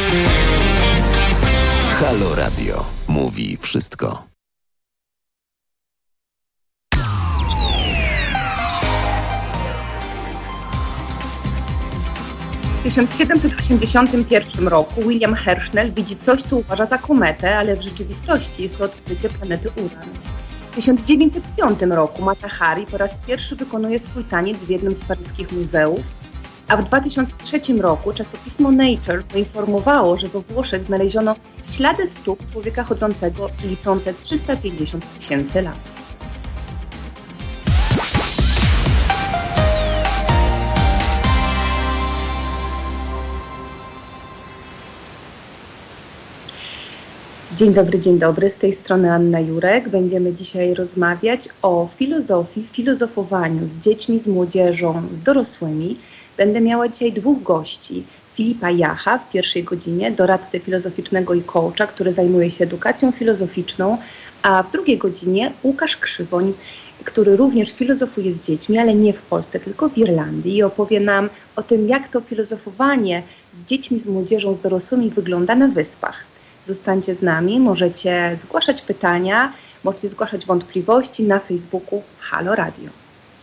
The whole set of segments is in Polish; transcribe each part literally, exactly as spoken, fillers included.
Halo Radio mówi wszystko. W tysiąc siedemset osiemdziesiątym pierwszym roku William Herschel widzi coś, co uważa za kometę, ale w rzeczywistości jest to odkrycie planety Uran. W tysiąc dziewięćset piątym roku Mata Hari po raz pierwszy wykonuje swój taniec w jednym z paryskich muzeów, a w dwa tysiące trzecim roku czasopismo Nature poinformowało, że we Włoszech znaleziono ślady stóp człowieka chodzącego liczące trzysta pięćdziesiąt tysięcy lat. Dzień dobry, dzień dobry. Z tej strony Anna Jurek. Będziemy dzisiaj rozmawiać o filozofii, filozofowaniu z dziećmi, z młodzieżą, z dorosłymi. Będę miała dzisiaj dwóch gości. Filipa Jacha w pierwszej godzinie, doradcę filozoficznego i coacha, który zajmuje się edukacją filozoficzną, a w drugiej godzinie Łukasz Krzywoń, który również filozofuje z dziećmi, ale nie w Polsce, tylko w Irlandii i opowie nam o tym, jak to filozofowanie z dziećmi, z młodzieżą, z dorosłymi wygląda na Wyspach. Zostańcie z nami, możecie zgłaszać pytania, możecie zgłaszać wątpliwości na Facebooku Halo Radio.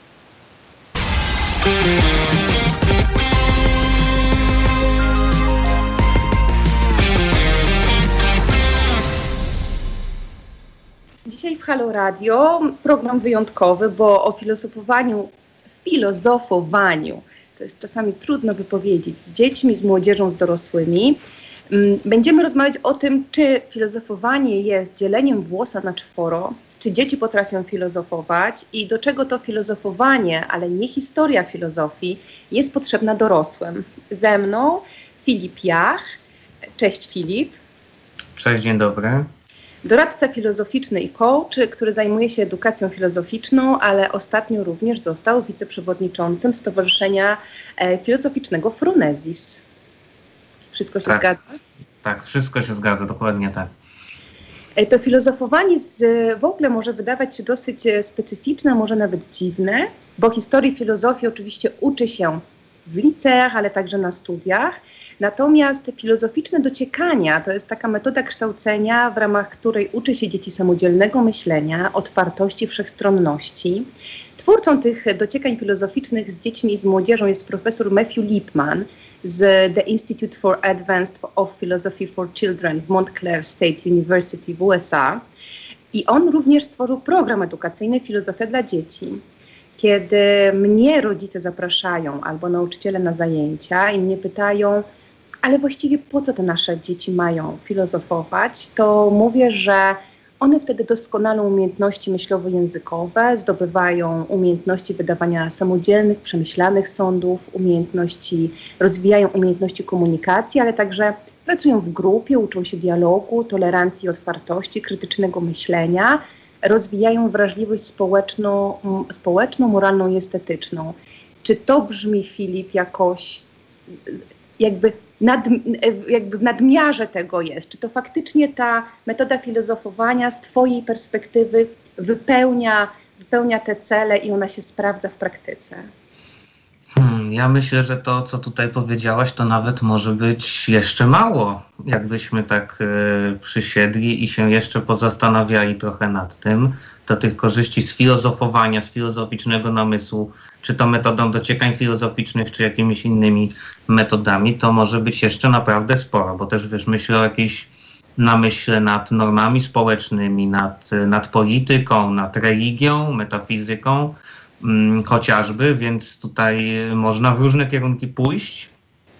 Dzisiaj w Halo Radio program wyjątkowy, bo o filozofowaniu, filozofowaniu, to jest czasami trudno wypowiedzieć, z dziećmi, z młodzieżą, z dorosłymi. Będziemy rozmawiać o tym, czy filozofowanie jest dzieleniem włosa na czworo, czy dzieci potrafią filozofować i do czego to filozofowanie, ale nie historia filozofii, jest potrzebna dorosłym. Ze mną Filip Jach. Cześć Filip. Cześć, dzień dobry. Doradca filozoficzny i coach, który zajmuje się edukacją filozoficzną, ale ostatnio również został wiceprzewodniczącym Stowarzyszenia Filozoficznego Phronesis. Wszystko się tak, zgadza? Tak, wszystko się zgadza, dokładnie tak. To filozofowanie z, w ogóle może wydawać się dosyć specyficzne, może nawet dziwne, bo historii filozofii oczywiście uczy się w liceach, ale także na studiach. Natomiast filozoficzne dociekania to jest taka metoda kształcenia, w ramach której uczy się dzieci samodzielnego myślenia, otwartości, wszechstronności. Twórcą tych dociekań filozoficznych z dziećmi i z młodzieżą jest profesor Matthew Lipman z The Institute for Advanced of Philosophy for Children w Montclair State University w U S A. I on również stworzył program edukacyjny Filozofia dla dzieci. Kiedy mnie rodzice zapraszają albo nauczyciele na zajęcia i mnie pytają, ale właściwie po co te nasze dzieci mają filozofować, to mówię, że one wtedy doskonalą umiejętności myślowo-językowe, zdobywają umiejętności wydawania samodzielnych, przemyślanych sądów, umiejętności, rozwijają umiejętności komunikacji, ale także pracują w grupie, uczą się dialogu, tolerancji, otwartości, krytycznego myślenia, rozwijają wrażliwość społeczną, społeczną, moralną i estetyczną. Czy to brzmi, Filip, jakoś jakby, nad, jakby w nadmiarze tego jest? Czy to faktycznie ta metoda filozofowania z twojej perspektywy wypełnia, wypełnia te cele i ona się sprawdza w praktyce? Hmm, ja myślę, że to, co tutaj powiedziałaś, to nawet może być jeszcze mało. Jakbyśmy tak y, przysiedli i się jeszcze pozastanawiali trochę nad tym, to tych korzyści z filozofowania, z filozoficznego namysłu, czy to metodą dociekań filozoficznych, czy jakimiś innymi metodami, to może być jeszcze naprawdę sporo, bo też wiesz, myślę o jakiejś namyśle nad normami społecznymi, nad, nad polityką, nad religią, metafizyką, hmm, chociażby, więc tutaj można w różne kierunki pójść,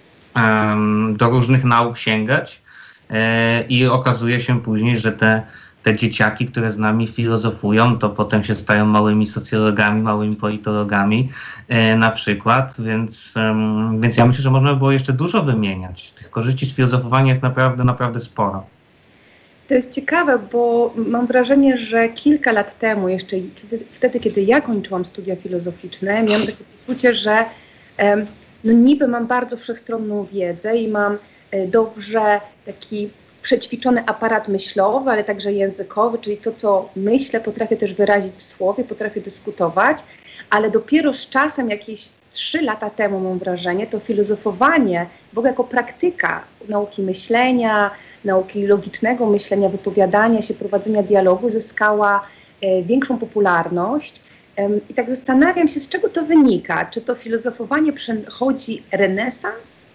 um, do różnych nauk sięgać e, i okazuje się później, że te Te dzieciaki, które z nami filozofują, to potem się stają małymi socjologami, małymi politologami e, na przykład, więc, um, więc ja myślę, że można by było jeszcze dużo wymieniać. Tych korzyści z filozofowania jest naprawdę, naprawdę sporo. To jest ciekawe, bo mam wrażenie, że kilka lat temu, jeszcze wtedy, wtedy kiedy ja kończyłam studia filozoficzne, miałam takie poczucie, że um, no niby mam bardzo wszechstronną wiedzę i mam e, dobrze taki przećwiczony aparat myślowy, ale także językowy, czyli to, co myślę, potrafię też wyrazić w słowie, potrafię dyskutować, ale dopiero z czasem, jakieś trzy lata temu, mam wrażenie, to filozofowanie w ogóle jako praktyka nauki myślenia, nauki logicznego myślenia, wypowiadania się, prowadzenia dialogu zyskała e, większą popularność. E, I tak zastanawiam się, z czego to wynika. Czy to filozofowanie przechodzi renesans?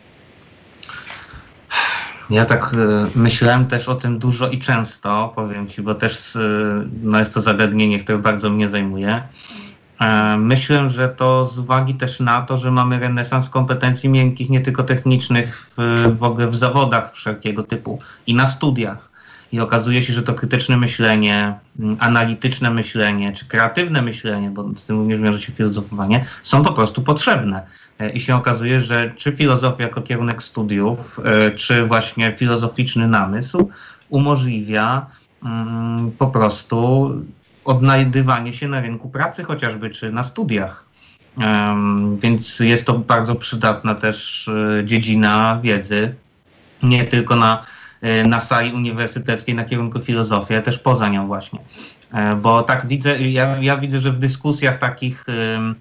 Ja tak y, myślałem też o tym dużo i często, powiem Ci, bo też y, no jest to zagadnienie, które bardzo mnie zajmuje. E, myślę, że to z uwagi też na to, że mamy renesans kompetencji miękkich, nie tylko technicznych, w, w ogóle w zawodach wszelkiego typu i na studiach. I okazuje się, że to krytyczne myślenie, analityczne myślenie, czy kreatywne myślenie, bo z tym również wiąże się filozofowanie, są po prostu potrzebne. I się okazuje, że czy filozofia jako kierunek studiów, czy właśnie filozoficzny namysł umożliwia um, po prostu odnajdywanie się na rynku pracy chociażby, czy na studiach. Um, więc jest to bardzo przydatna też dziedzina wiedzy, nie tylko na, na sali uniwersyteckiej, na kierunku filozofii, ale też poza nią właśnie. Bo tak widzę, ja, ja widzę, że w dyskusjach takich um,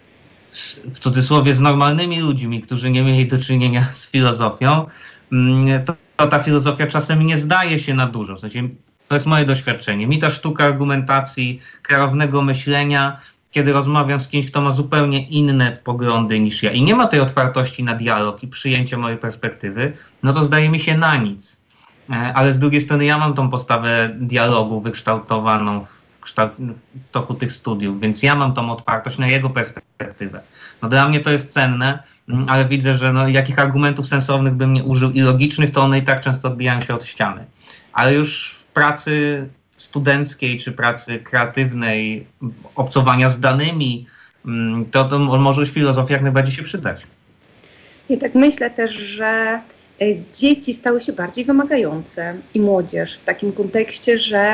w cudzysłowie z normalnymi ludźmi, którzy nie mieli do czynienia z filozofią, to, to ta filozofia czasem nie zdaje się na dużo. W sensie, to jest moje doświadczenie. Mi ta sztuka argumentacji, klarownego myślenia, kiedy rozmawiam z kimś, kto ma zupełnie inne poglądy niż ja i nie ma tej otwartości na dialog i przyjęcia mojej perspektywy, no to zdaje mi się na nic. Ale z drugiej strony ja mam tą postawę dialogu wykształtowaną w, kształt, w toku tych studiów, więc ja mam tą otwartość na jego perspektywę. No dla mnie to jest cenne, ale widzę, że no, jakich argumentów sensownych bym nie użył i logicznych, to one i tak często odbijają się od ściany. Ale już w pracy studenckiej czy pracy kreatywnej, obcowania z danymi, to, to może już filozofia jak najbardziej się przydać. Ja tak myślę też, że dzieci stały się bardziej wymagające i młodzież w takim kontekście, że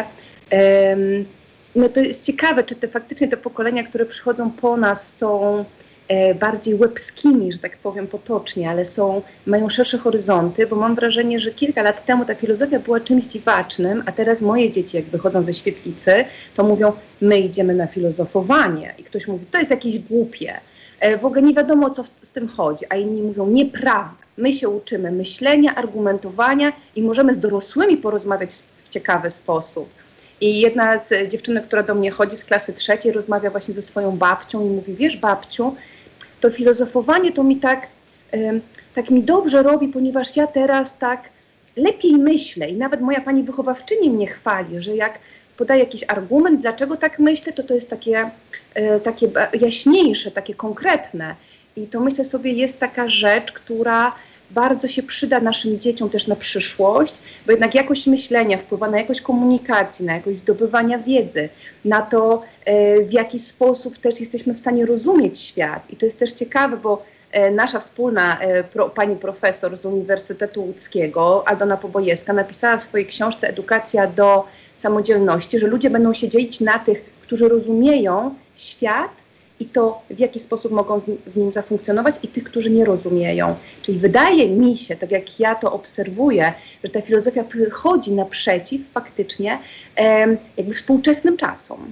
um, no to jest ciekawe, czy te faktycznie te pokolenia, które przychodzą po nas, są e, bardziej łebskimi, że tak powiem potocznie, ale są, mają szersze horyzonty, bo mam wrażenie, że kilka lat temu ta filozofia była czymś dziwacznym, a teraz moje dzieci, jak wychodzą ze świetlicy, to mówią, my idziemy na filozofowanie. I ktoś mówi, to jest jakieś głupie. E, w ogóle nie wiadomo, o co w, z tym chodzi. A inni mówią, nieprawda. My się uczymy myślenia, argumentowania i możemy z dorosłymi porozmawiać w ciekawy sposób. I jedna z dziewczynek, która do mnie chodzi z klasy trzeciej, rozmawia właśnie ze swoją babcią i mówi, wiesz babciu, to filozofowanie to mi tak, y, tak mi dobrze robi, ponieważ ja teraz tak lepiej myślę. I nawet moja pani wychowawczyni mnie chwali, że jak podaje jakiś argument, dlaczego tak myślę, to to jest takie, y, takie jaśniejsze, takie konkretne. I to myślę sobie jest taka rzecz, która bardzo się przyda naszym dzieciom też na przyszłość, bo jednak jakość myślenia wpływa na jakość komunikacji, na jakość zdobywania wiedzy, na to, w jaki sposób też jesteśmy w stanie rozumieć świat. I to jest też ciekawe, bo nasza wspólna pro, pani profesor z Uniwersytetu Łódzkiego, Aldona Pobojewska, napisała w swojej książce Edukacja do samodzielności, że ludzie będą się dzielić na tych, którzy rozumieją świat, i to, w jaki sposób mogą w nim zafunkcjonować i tych, którzy nie rozumieją. Czyli wydaje mi się, tak jak ja to obserwuję, że ta filozofia wychodzi naprzeciw faktycznie em, jakby współczesnym czasom.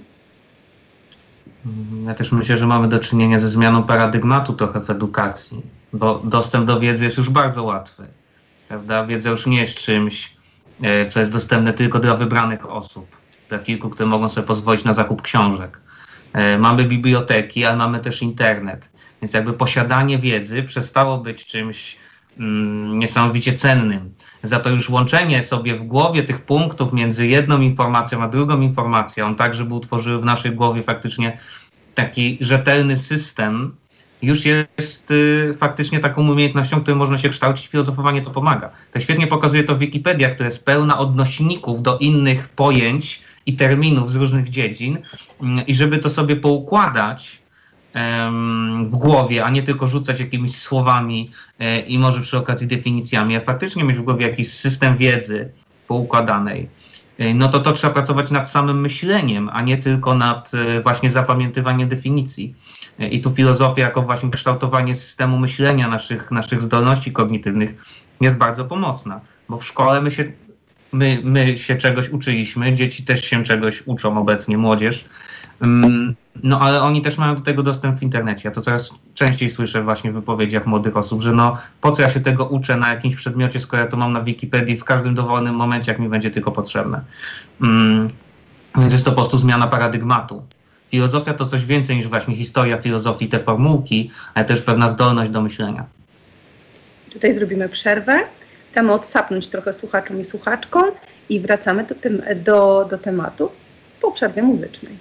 Ja też myślę, że mamy do czynienia ze zmianą paradygmatu trochę w edukacji, bo dostęp do wiedzy jest już bardzo łatwy. Prawda? Wiedza już nie jest czymś, co jest dostępne tylko dla wybranych osób, dla kilku, które mogą sobie pozwolić na zakup książek. Mamy biblioteki, ale mamy też internet. Więc jakby posiadanie wiedzy przestało być czymś mm, niesamowicie cennym. Za to już łączenie sobie w głowie tych punktów między jedną informacją a drugą informacją, tak żeby utworzyły w naszej głowie faktycznie taki rzetelny system, już jest y, faktycznie taką umiejętnością, którą można się kształcić. Filozofowanie to pomaga. Tak świetnie pokazuje to Wikipedia, która jest pełna odnośników do innych pojęć i terminów z różnych dziedzin i żeby to sobie poukładać um, w głowie, a nie tylko rzucać jakimiś słowami e, i może przy okazji definicjami, a faktycznie mieć w głowie jakiś system wiedzy poukładanej, e, no to to trzeba pracować nad samym myśleniem, a nie tylko nad e, właśnie zapamiętywaniem definicji. E, I tu filozofia jako właśnie kształtowanie systemu myślenia naszych, naszych zdolności kognitywnych jest bardzo pomocna, bo w szkole my się My, my się czegoś uczyliśmy, dzieci też się czegoś uczą obecnie, młodzież. Um, No ale oni też mają do tego dostęp w internecie. Ja to coraz częściej słyszę właśnie w wypowiedziach młodych osób, że no po co ja się tego uczę na jakimś przedmiocie, skoro ja to mam na Wikipedii w każdym dowolnym momencie, jak mi będzie tylko potrzebne. Mm, więc jest to po prostu zmiana paradygmatu. Filozofia to coś więcej niż właśnie historia filozofii, te formułki, ale też pewna zdolność do myślenia. Tutaj zrobimy przerwę. Chcemy odsapnąć trochę słuchaczom i słuchaczkom i wracamy do, tym, do, do tematu po przerwie muzycznej.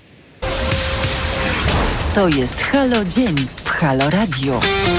To jest Halo Dzień w Halo Radio.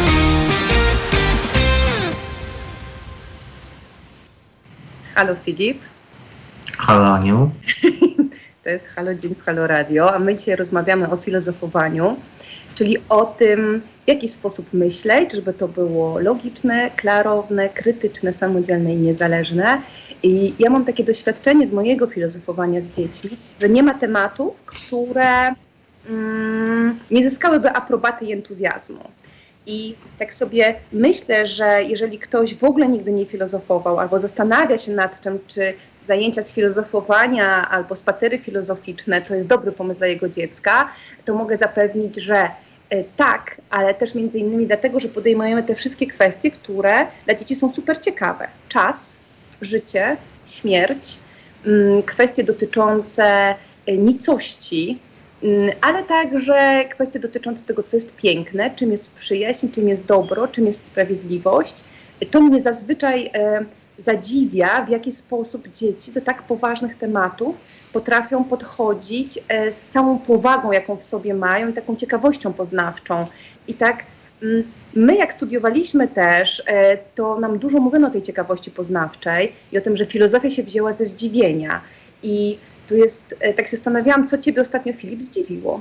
Halo Filip. Halo Aniu. To jest Halo Dzień w Halo Radio, a my dzisiaj rozmawiamy o filozofowaniu, czyli o tym, w jaki sposób myśleć, żeby to było logiczne, klarowne, krytyczne, samodzielne i niezależne. I ja mam takie doświadczenie z mojego filozofowania z dziećmi, że nie ma tematów, które mm, nie zyskałyby aprobaty i entuzjazmu. I tak sobie myślę, że jeżeli ktoś w ogóle nigdy nie filozofował albo zastanawia się nad tym, czy zajęcia z filozofowania albo spacery filozoficzne to jest dobry pomysł dla jego dziecka, to mogę zapewnić, że y, tak, ale też między innymi dlatego, że podejmujemy te wszystkie kwestie, które dla dzieci są super ciekawe. Czas, życie, śmierć, y, kwestie dotyczące y, nicości, ale także kwestie dotyczące tego, co jest piękne, czym jest przyjaźń, czym jest dobro, czym jest sprawiedliwość. To mnie zazwyczaj e, zadziwia, w jaki sposób dzieci do tak poważnych tematów potrafią podchodzić e, z całą powagą, jaką w sobie mają i taką ciekawością poznawczą. I tak m, my jak studiowaliśmy też, e, to nam dużo mówiono o tej ciekawości poznawczej i o tym, że filozofia się wzięła ze zdziwienia. I tu jest, tak się zastanawiałam, co ciebie ostatnio, Filip, zdziwiło?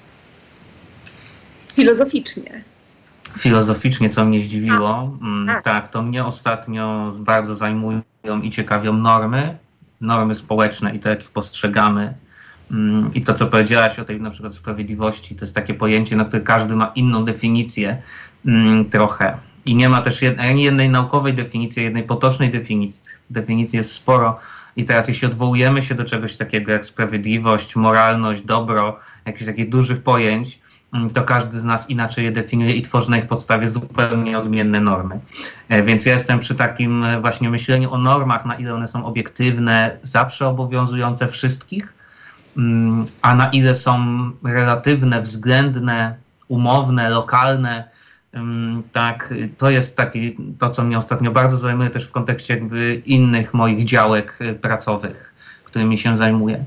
Filozoficznie. Filozoficznie, co mnie zdziwiło, A, tak. tak, to mnie ostatnio bardzo zajmują i ciekawią normy, normy społeczne i to, jak ich postrzegamy. I to, co powiedziałaś o tej na przykład sprawiedliwości, to jest takie pojęcie, na które każdy ma inną definicję trochę. I nie ma też jednej, ani jednej naukowej definicji, jednej potocznej definicji. Definicji jest sporo. I teraz jeśli odwołujemy się do czegoś takiego jak sprawiedliwość, moralność, dobro, jakichś takich dużych pojęć, to każdy z nas inaczej je definiuje i tworzy na ich podstawie zupełnie odmienne normy. Więc ja jestem przy takim właśnie myśleniu o normach, na ile one są obiektywne, zawsze obowiązujące wszystkich, a na ile są relatywne, względne, umowne, lokalne. Tak, to jest taki, to, co mnie ostatnio bardzo zajmuje też w kontekście jakby innych moich działek pracowych, którymi się zajmuję.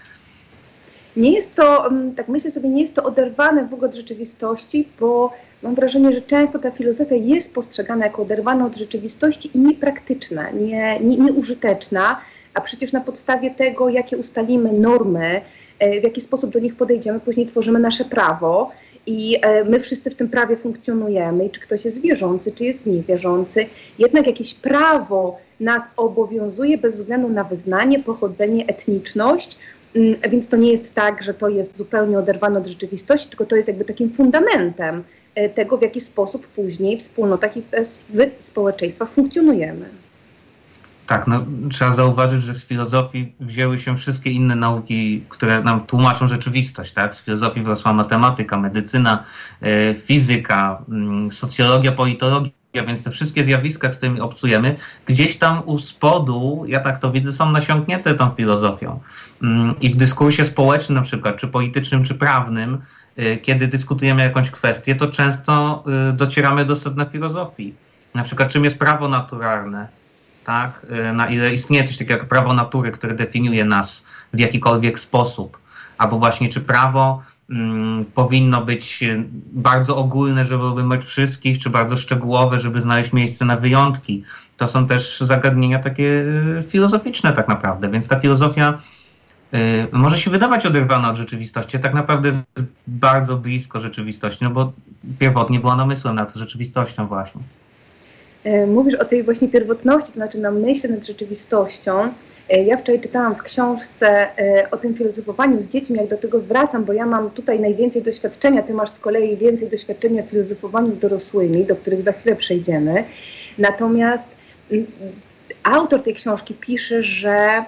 Nie jest to, tak myślę sobie, nie jest to oderwane w ogóle od rzeczywistości, bo mam wrażenie, że często ta filozofia jest postrzegana jako oderwana od rzeczywistości i niepraktyczna, nie, nie, nieużyteczna, a przecież na podstawie tego, jakie ustalimy normy, w jaki sposób do nich podejdziemy, później tworzymy nasze prawo. I my wszyscy w tym prawie funkcjonujemy i czy ktoś jest wierzący, czy jest niewierzący, jednak jakieś prawo nas obowiązuje bez względu na wyznanie, pochodzenie, etniczność, więc to nie jest tak, że to jest zupełnie oderwane od rzeczywistości, tylko to jest jakby takim fundamentem tego, w jaki sposób później w wspólnotach i w społeczeństwach funkcjonujemy. Tak, no, trzeba zauważyć, że z filozofii wzięły się wszystkie inne nauki, które nam tłumaczą rzeczywistość. Tak? Z filozofii wyrosła matematyka, medycyna, e, fizyka, m, socjologia, politologia, więc te wszystkie zjawiska, z którymi obcujemy, gdzieś tam u spodu, ja tak to widzę, są nasiąknięte tą filozofią. M, I w dyskursie społecznym na przykład, czy politycznym, czy prawnym, e, kiedy dyskutujemy jakąś kwestię, to często e, docieramy do sedna filozofii. Na przykład, czym jest prawo naturalne? Tak, na ile istnieje coś takiego jak prawo natury, które definiuje nas w jakikolwiek sposób, albo właśnie czy prawo mm, powinno być bardzo ogólne, żeby obejmować wszystkich, czy bardzo szczegółowe, żeby znaleźć miejsce na wyjątki. To są też zagadnienia takie filozoficzne tak naprawdę, więc ta filozofia y, może się wydawać oderwana od rzeczywistości, a tak naprawdę jest bardzo blisko rzeczywistości, no bo pierwotnie była namysłem nad rzeczywistością właśnie. Mówisz o tej właśnie pierwotności, to znaczy na myśl nad rzeczywistością. Ja wczoraj czytałam w książce o tym filozofowaniu z dziećmi, jak do tego wracam, bo ja mam tutaj najwięcej doświadczenia, ty masz z kolei więcej doświadczenia w filozofowaniu z dorosłymi, do których za chwilę przejdziemy. Natomiast autor tej książki pisze, że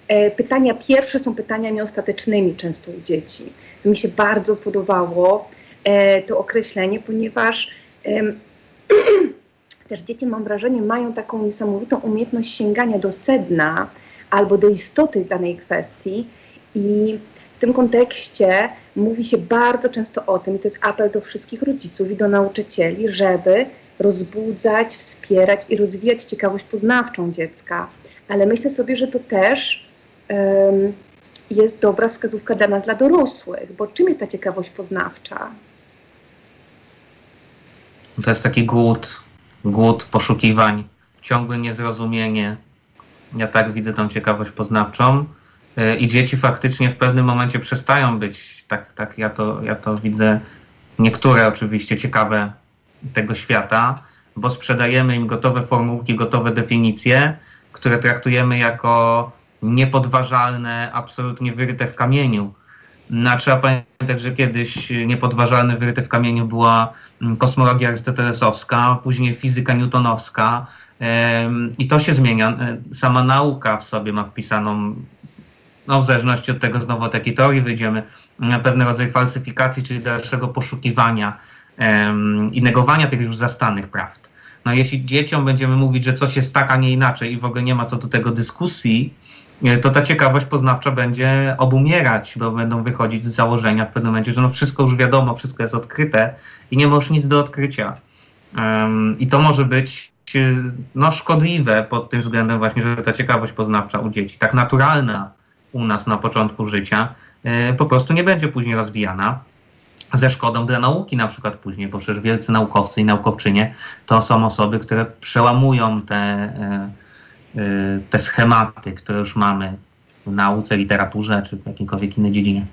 Pytania pierwsze są pytaniami ostatecznymi często u dzieci. Mi się bardzo podobało to określenie, ponieważ też dzieci, mam wrażenie, mają taką niesamowitą umiejętność sięgania do sedna albo do istoty danej kwestii i w tym kontekście mówi się bardzo często o tym, i to jest apel do wszystkich rodziców i do nauczycieli, żeby rozbudzać, wspierać i rozwijać ciekawość poznawczą dziecka. Ale myślę sobie, że to też um, jest dobra wskazówka dla nas, dla dorosłych, bo czym jest ta ciekawość poznawcza? To jest taki głód, głód poszukiwań, ciągłe niezrozumienie. Ja tak widzę tą ciekawość poznawczą. I dzieci faktycznie w pewnym momencie przestają być, tak, tak ja, to, ja to widzę, niektóre oczywiście ciekawe tego świata, bo sprzedajemy im gotowe formułki, gotowe definicje, które traktujemy jako niepodważalne, absolutnie wyryte w kamieniu. No, trzeba pamiętać, że kiedyś niepodważalne, wyryte w kamieniu była kosmologia arystotelesowska, później fizyka newtonowska ym, i to się zmienia. Sama nauka w sobie ma wpisaną, no w zależności od tego znowu od jakiej teorii wyjdziemy, na pewien rodzaj falsyfikacji, czyli dalszego poszukiwania um, i negowania tych już zastanych prawd. No jeśli dzieciom będziemy mówić, że coś jest tak, a nie inaczej i w ogóle nie ma co do tego dyskusji, to ta ciekawość poznawcza będzie obumierać, bo będą wychodzić z założenia w pewnym momencie, że no wszystko już wiadomo, wszystko jest odkryte i nie ma już nic do odkrycia. Um, I to może być no, szkodliwe pod tym względem właśnie, że ta ciekawość poznawcza u dzieci, tak naturalna u nas na początku życia, y, po prostu nie będzie później rozwijana ze szkodą dla nauki na przykład później, bo przecież wielcy naukowcy i naukowczynie to są osoby, które przełamują te, y, y, te schematy, które już mamy w nauce, literaturze czy w jakimkolwiek innej dziedzinie.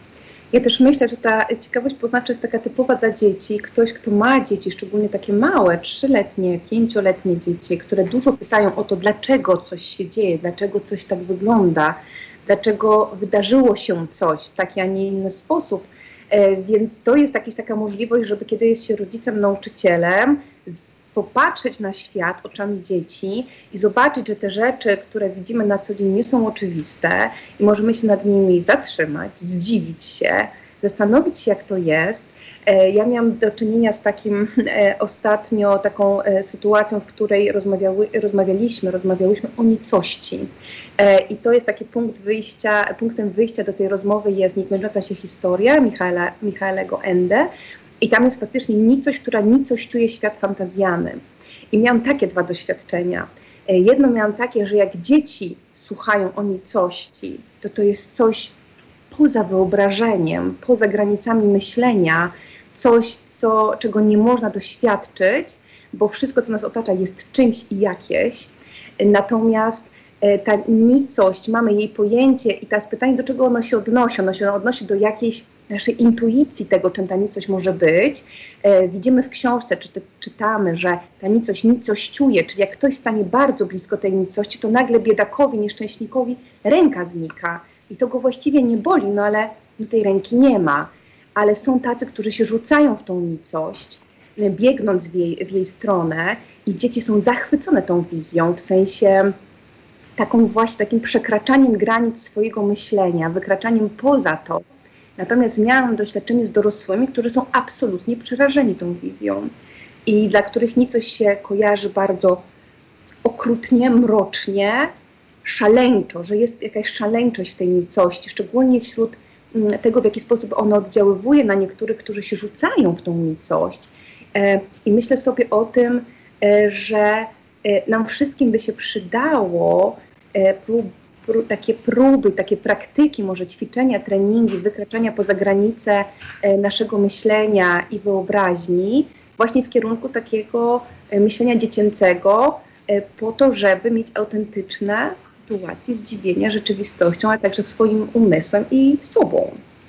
Ja też myślę, że ta ciekawość poznawcza jest taka typowa dla dzieci. Ktoś, kto ma dzieci, szczególnie takie małe, trzyletnie, pięcioletnie dzieci, które dużo pytają o to, dlaczego coś się dzieje, dlaczego coś tak wygląda, dlaczego wydarzyło się coś w taki, a nie inny sposób. E, więc to jest jakaś taka możliwość, żeby kiedy jest się rodzicem, nauczycielem, z, popatrzeć na świat oczami dzieci i zobaczyć, że te rzeczy, które widzimy na co dzień, nie są oczywiste i możemy się nad nimi zatrzymać, zdziwić się, zastanowić się, jak to jest. E, ja miałam do czynienia z takim e, ostatnio taką e, sytuacją, w której rozmawiały, rozmawialiśmy, rozmawiałyśmy o nicości. E, I to jest taki punkt wyjścia, punktem wyjścia do tej rozmowy jest niekończąca się historia Michaela, Michaelego Ende. I tam jest faktycznie nicość, która nicościuje świat fantazjany. I miałam takie dwa doświadczenia. E, jedno miałam takie, że jak dzieci słuchają o nicości, to to jest coś poza wyobrażeniem, poza granicami myślenia, coś, co, czego nie można doświadczyć, bo wszystko, co nas otacza, jest czymś i jakieś. Natomiast e, ta nicość, mamy jej pojęcie i teraz pytanie, do czego ono się odnosi? Ono się odnosi do jakiejś naszej intuicji tego, czym ta nicość może być. E, widzimy w książce, czy te, czytamy, że ta nicość nicościuje, czyli jak ktoś stanie bardzo blisko tej nicości, to nagle biedakowi, nieszczęśnikowi ręka znika. I to go właściwie nie boli, no ale no tej ręki nie ma. Ale są tacy, którzy się rzucają w tą nicość, biegnąc w jej, w jej stronę i dzieci są zachwycone tą wizją, w sensie taką właśnie, takim przekraczaniem granic swojego myślenia, wykraczaniem poza to. Natomiast miałam doświadczenie z dorosłymi, którzy są absolutnie przerażeni tą wizją i dla których nicość się kojarzy bardzo okrutnie, mrocznie, szaleńczo, że jest jakaś szaleńczość w tej nicości, szczególnie wśród tego, w jaki sposób ona oddziaływuje na niektórych, którzy się rzucają w tą nicość. I myślę sobie o tym, że nam wszystkim by się przydało prób, prób, takie próby, takie praktyki, może ćwiczenia, treningi, wykraczania poza granice naszego myślenia i wyobraźni, właśnie w kierunku takiego myślenia dziecięcego, po to, żeby mieć autentyczne sytuacje zdziwienia rzeczywistością, ale także swoim umysłem i sobą.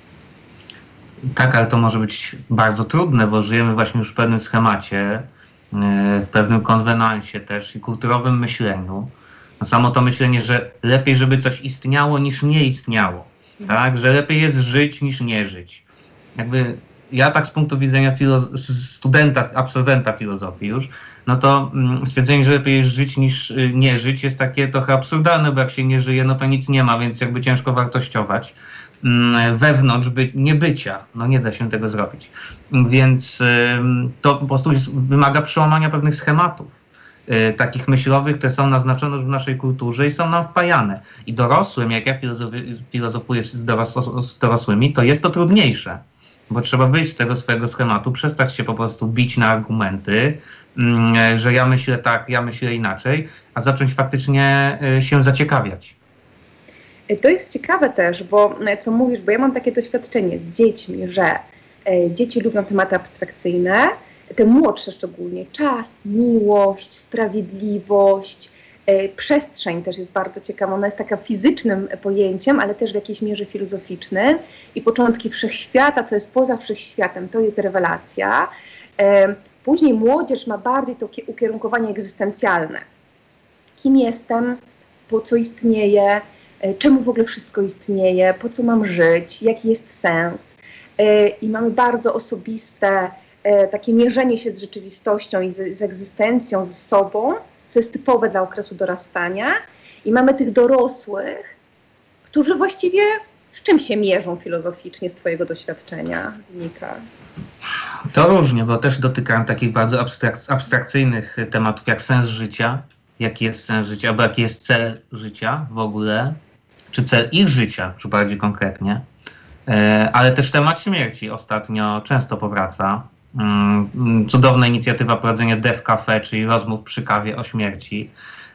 Tak, ale to może być bardzo trudne, bo żyjemy właśnie już w pewnym schemacie, w pewnym konwenansie też i kulturowym myśleniu. No samo to myślenie, że lepiej, żeby coś istniało niż nie istniało. Tak? Że lepiej jest żyć niż nie żyć. Jakby ja tak z punktu widzenia filozo- studenta, absolwenta filozofii już, no to mm, stwierdzenie, że lepiej jest żyć niż y, nie żyć jest takie trochę absurdalne, bo jak się nie żyje, no to nic nie ma, więc jakby ciężko wartościować mm, wewnątrz by, niebycia. No nie da się tego zrobić. Więc y, to po prostu jest, wymaga przełamania pewnych schematów. Y, takich myślowych, które są naznaczone już w naszej kulturze i są nam wpajane. I dorosłym, jak ja filozofi- filozofuję z, dorosł- z dorosłymi, to jest to trudniejsze, bo trzeba wyjść z tego swojego schematu, przestać się po prostu bić na argumenty, y, że ja myślę tak, ja myślę inaczej, a zacząć faktycznie y, się zaciekawiać. To jest ciekawe też, bo co mówisz, bo ja mam takie doświadczenie z dziećmi, że y, dzieci lubią tematy abstrakcyjne, te młodsze szczególnie, czas, miłość, sprawiedliwość, e, przestrzeń też jest bardzo ciekawa. Ona jest taka fizycznym pojęciem, ale też w jakiejś mierze filozoficznym. I początki wszechświata, co jest poza wszechświatem, to jest rewelacja. E, później młodzież ma bardziej to ukierunkowanie egzystencjalne. Kim jestem, po co istnieję, e, czemu w ogóle wszystko istnieje, po co mam żyć, jaki jest sens. E, I mamy bardzo osobiste takie mierzenie się z rzeczywistością i z, z egzystencją, z sobą, co jest typowe dla okresu dorastania. I mamy tych dorosłych, którzy właściwie z czym się mierzą filozoficznie z twojego doświadczenia wynika? To różnie, bo też dotykałem takich bardzo abstrak- abstrakcyjnych tematów jak sens życia, jaki jest sens życia, albo jaki jest cel życia w ogóle, czy cel ich życia, czy bardziej konkretnie. E, ale też temat śmierci ostatnio często powraca. Cudowna inicjatywa prowadzenia Dev Cafe, czyli rozmów przy kawie o śmierci.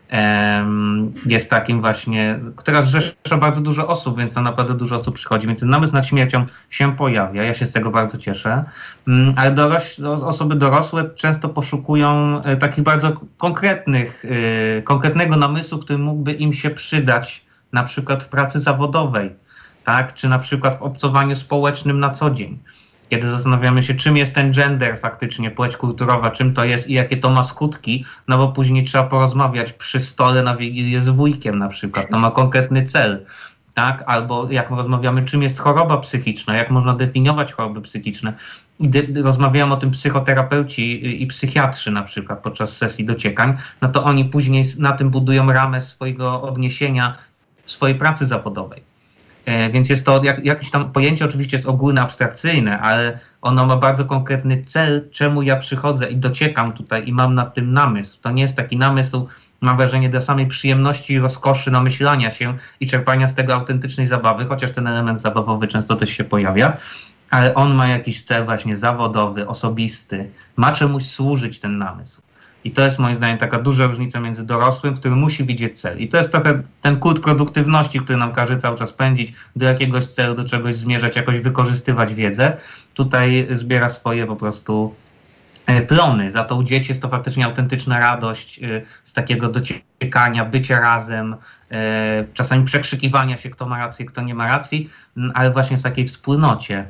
Jest takim właśnie, która zrzesza bardzo dużo osób, więc tam naprawdę dużo osób przychodzi, więc ten namysł nad śmiercią się pojawia. Ja się z tego bardzo cieszę. Ale doroś, osoby dorosłe często poszukują takich bardzo konkretnych, konkretnego namysłu, który mógłby im się przydać na przykład w pracy zawodowej, tak? Czy na przykład w obcowaniu społecznym na co dzień. Kiedy zastanawiamy się, czym jest ten gender faktycznie, płeć kulturowa, czym to jest i jakie to ma skutki, no bo później trzeba porozmawiać przy stole na Wigilię z wujkiem na przykład, to ma konkretny cel, tak? Albo jak rozmawiamy, czym jest choroba psychiczna, jak można definiować choroby psychiczne. I de- rozmawiają o tym psychoterapeuci i, i psychiatrzy na przykład podczas sesji dociekań, no to oni później na tym budują ramę swojego odniesienia, swojej pracy zawodowej. Więc jest to jak, jakieś tam pojęcie oczywiście jest ogólne, abstrakcyjne, ale ono ma bardzo konkretny cel, czemu ja przychodzę i dociekam tutaj i mam nad tym namysł. To nie jest taki namysł, mam wrażenie, dla samej przyjemności i rozkoszy namyślania się i czerpania z tego autentycznej zabawy, chociaż ten element zabawowy często też się pojawia, ale on ma jakiś cel właśnie zawodowy, osobisty, ma czemuś służyć ten namysł. I to jest moim zdaniem taka duża różnica między dorosłym, który musi widzieć cel. I to jest trochę ten kult produktywności, który nam każe cały czas pędzić do jakiegoś celu, do czegoś zmierzać, jakoś wykorzystywać wiedzę. Tutaj zbiera swoje po prostu plony. Za to u dzieci jest to faktycznie autentyczna radość z takiego dociekania, bycia razem, czasami przekrzykiwania się, kto ma rację, kto nie ma racji, ale właśnie w takiej wspólnocie.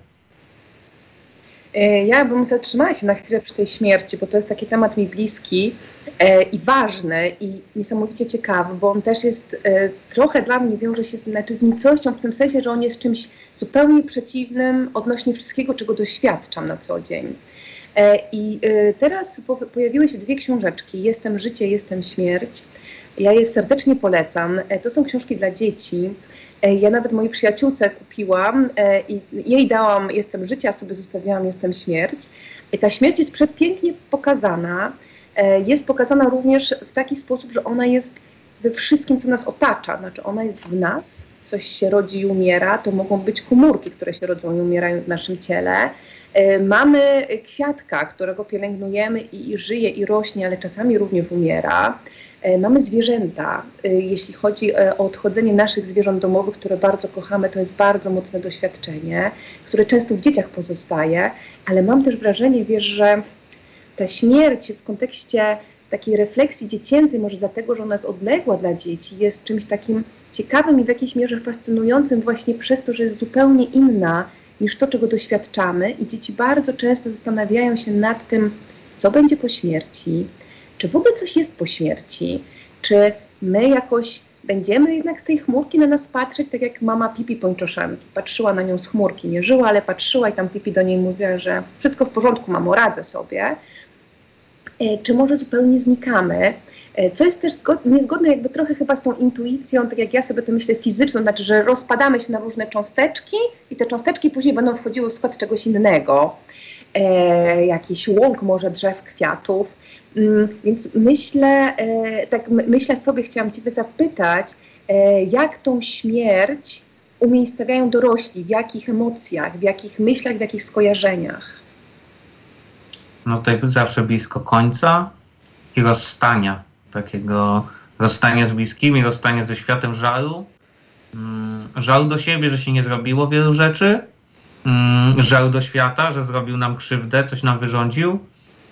Ja bym zatrzymała się na chwilę przy tej śmierci, bo to jest taki temat mi bliski e, i ważny i niesamowicie ciekawy, bo on też jest e, trochę dla mnie wiąże się znaczy z nicością w tym sensie, że on jest czymś zupełnie przeciwnym odnośnie wszystkiego, czego doświadczam na co dzień. E, I e, teraz po, pojawiły się dwie książeczki, Jestem życie, jestem śmierć. Ja je serdecznie polecam. E, to są książki dla dzieci. Ja nawet mojej przyjaciółce kupiłam i jej dałam Jestem życie, a sobie zostawiłam Jestem śmierć. I ta śmierć jest przepięknie pokazana. Jest pokazana również w taki sposób, że ona jest we wszystkim, co nas otacza. Znaczy ona jest w nas, coś się rodzi i umiera. To mogą być komórki, które się rodzą i umierają w naszym ciele. Mamy kwiatka, którego pielęgnujemy i, i żyje i rośnie, ale czasami również umiera. Mamy zwierzęta. Jeśli chodzi o odchodzenie naszych zwierząt domowych, które bardzo kochamy, to jest bardzo mocne doświadczenie, które często w dzieciach pozostaje, ale mam też wrażenie, wiesz, że ta śmierć w kontekście takiej refleksji dziecięcej, może dlatego, że ona jest odległa dla dzieci, jest czymś takim ciekawym i w jakiejś mierze fascynującym właśnie przez to, że jest zupełnie inna niż to, czego doświadczamy i dzieci bardzo często zastanawiają się nad tym, co będzie po śmierci, czy w ogóle coś jest po śmierci, czy my jakoś będziemy jednak z tej chmurki na nas patrzeć, tak jak mama Pipi Pończoszanki. Patrzyła na nią z chmurki, nie żyła, ale patrzyła i tam Pipi do niej mówiła, że wszystko w porządku, mamo, radzę sobie. Czy może zupełnie znikamy? Co jest też niezgodne jakby trochę chyba z tą intuicją, tak jak ja sobie to myślę, fizyczną, znaczy, że rozpadamy się na różne cząsteczki i te cząsteczki później będą wchodziły w skład czegoś innego. E, jakiś łąk, może drzew, kwiatów. Mm, więc myślę, e, tak my, myślę sobie, chciałam Ciebie zapytać, e, jak tą śmierć umiejscawiają dorośli, w jakich emocjach, w jakich myślach, w jakich skojarzeniach? No tutaj zawsze blisko końca i rozstania, takiego rozstania z bliskimi, rozstania ze światem, żalu. Mm, żalu do siebie, że się nie zrobiło wielu rzeczy. Mm, żal do świata, że zrobił nam krzywdę, coś nam wyrządził.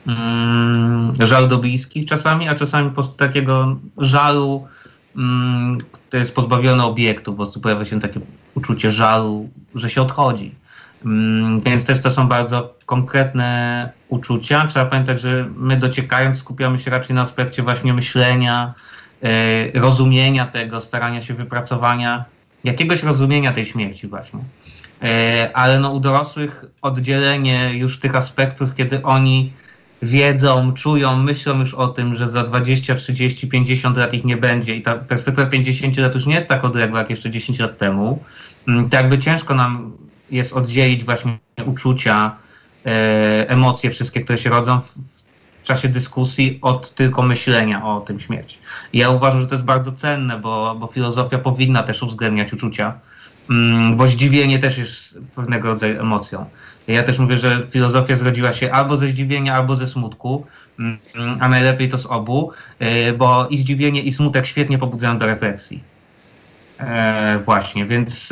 Mm, żal do bliskich czasami, a czasami po prostu takiego żalu, mm, który jest pozbawiony obiektu, po prostu pojawia się takie uczucie żalu, że się odchodzi. Mm, więc też to są bardzo konkretne uczucia. Trzeba pamiętać, że my dociekając skupiamy się raczej na aspekcie właśnie myślenia, y, rozumienia tego, starania się wypracowania, jakiegoś rozumienia tej śmierci właśnie. Ale no u dorosłych oddzielenie już tych aspektów, kiedy oni wiedzą, czują, myślą już o tym, że za dwadzieścia, trzydzieści, pięćdziesiąt lat ich nie będzie i ta perspektywa pięćdziesiąt lat już nie jest tak odległa jak jeszcze dziesięć lat temu, to jakby ciężko nam jest oddzielić właśnie uczucia, emocje wszystkie, które się rodzą w, w czasie dyskusji od tylko myślenia o tym śmierci. I ja uważam, że to jest bardzo cenne, bo, bo filozofia powinna też uwzględniać uczucia. Bo zdziwienie też jest pewnego rodzaju emocją. Ja też mówię, że filozofia zrodziła się albo ze zdziwienia, albo ze smutku, a najlepiej to z obu, bo i zdziwienie, i smutek świetnie pobudzają do refleksji. E, właśnie, więc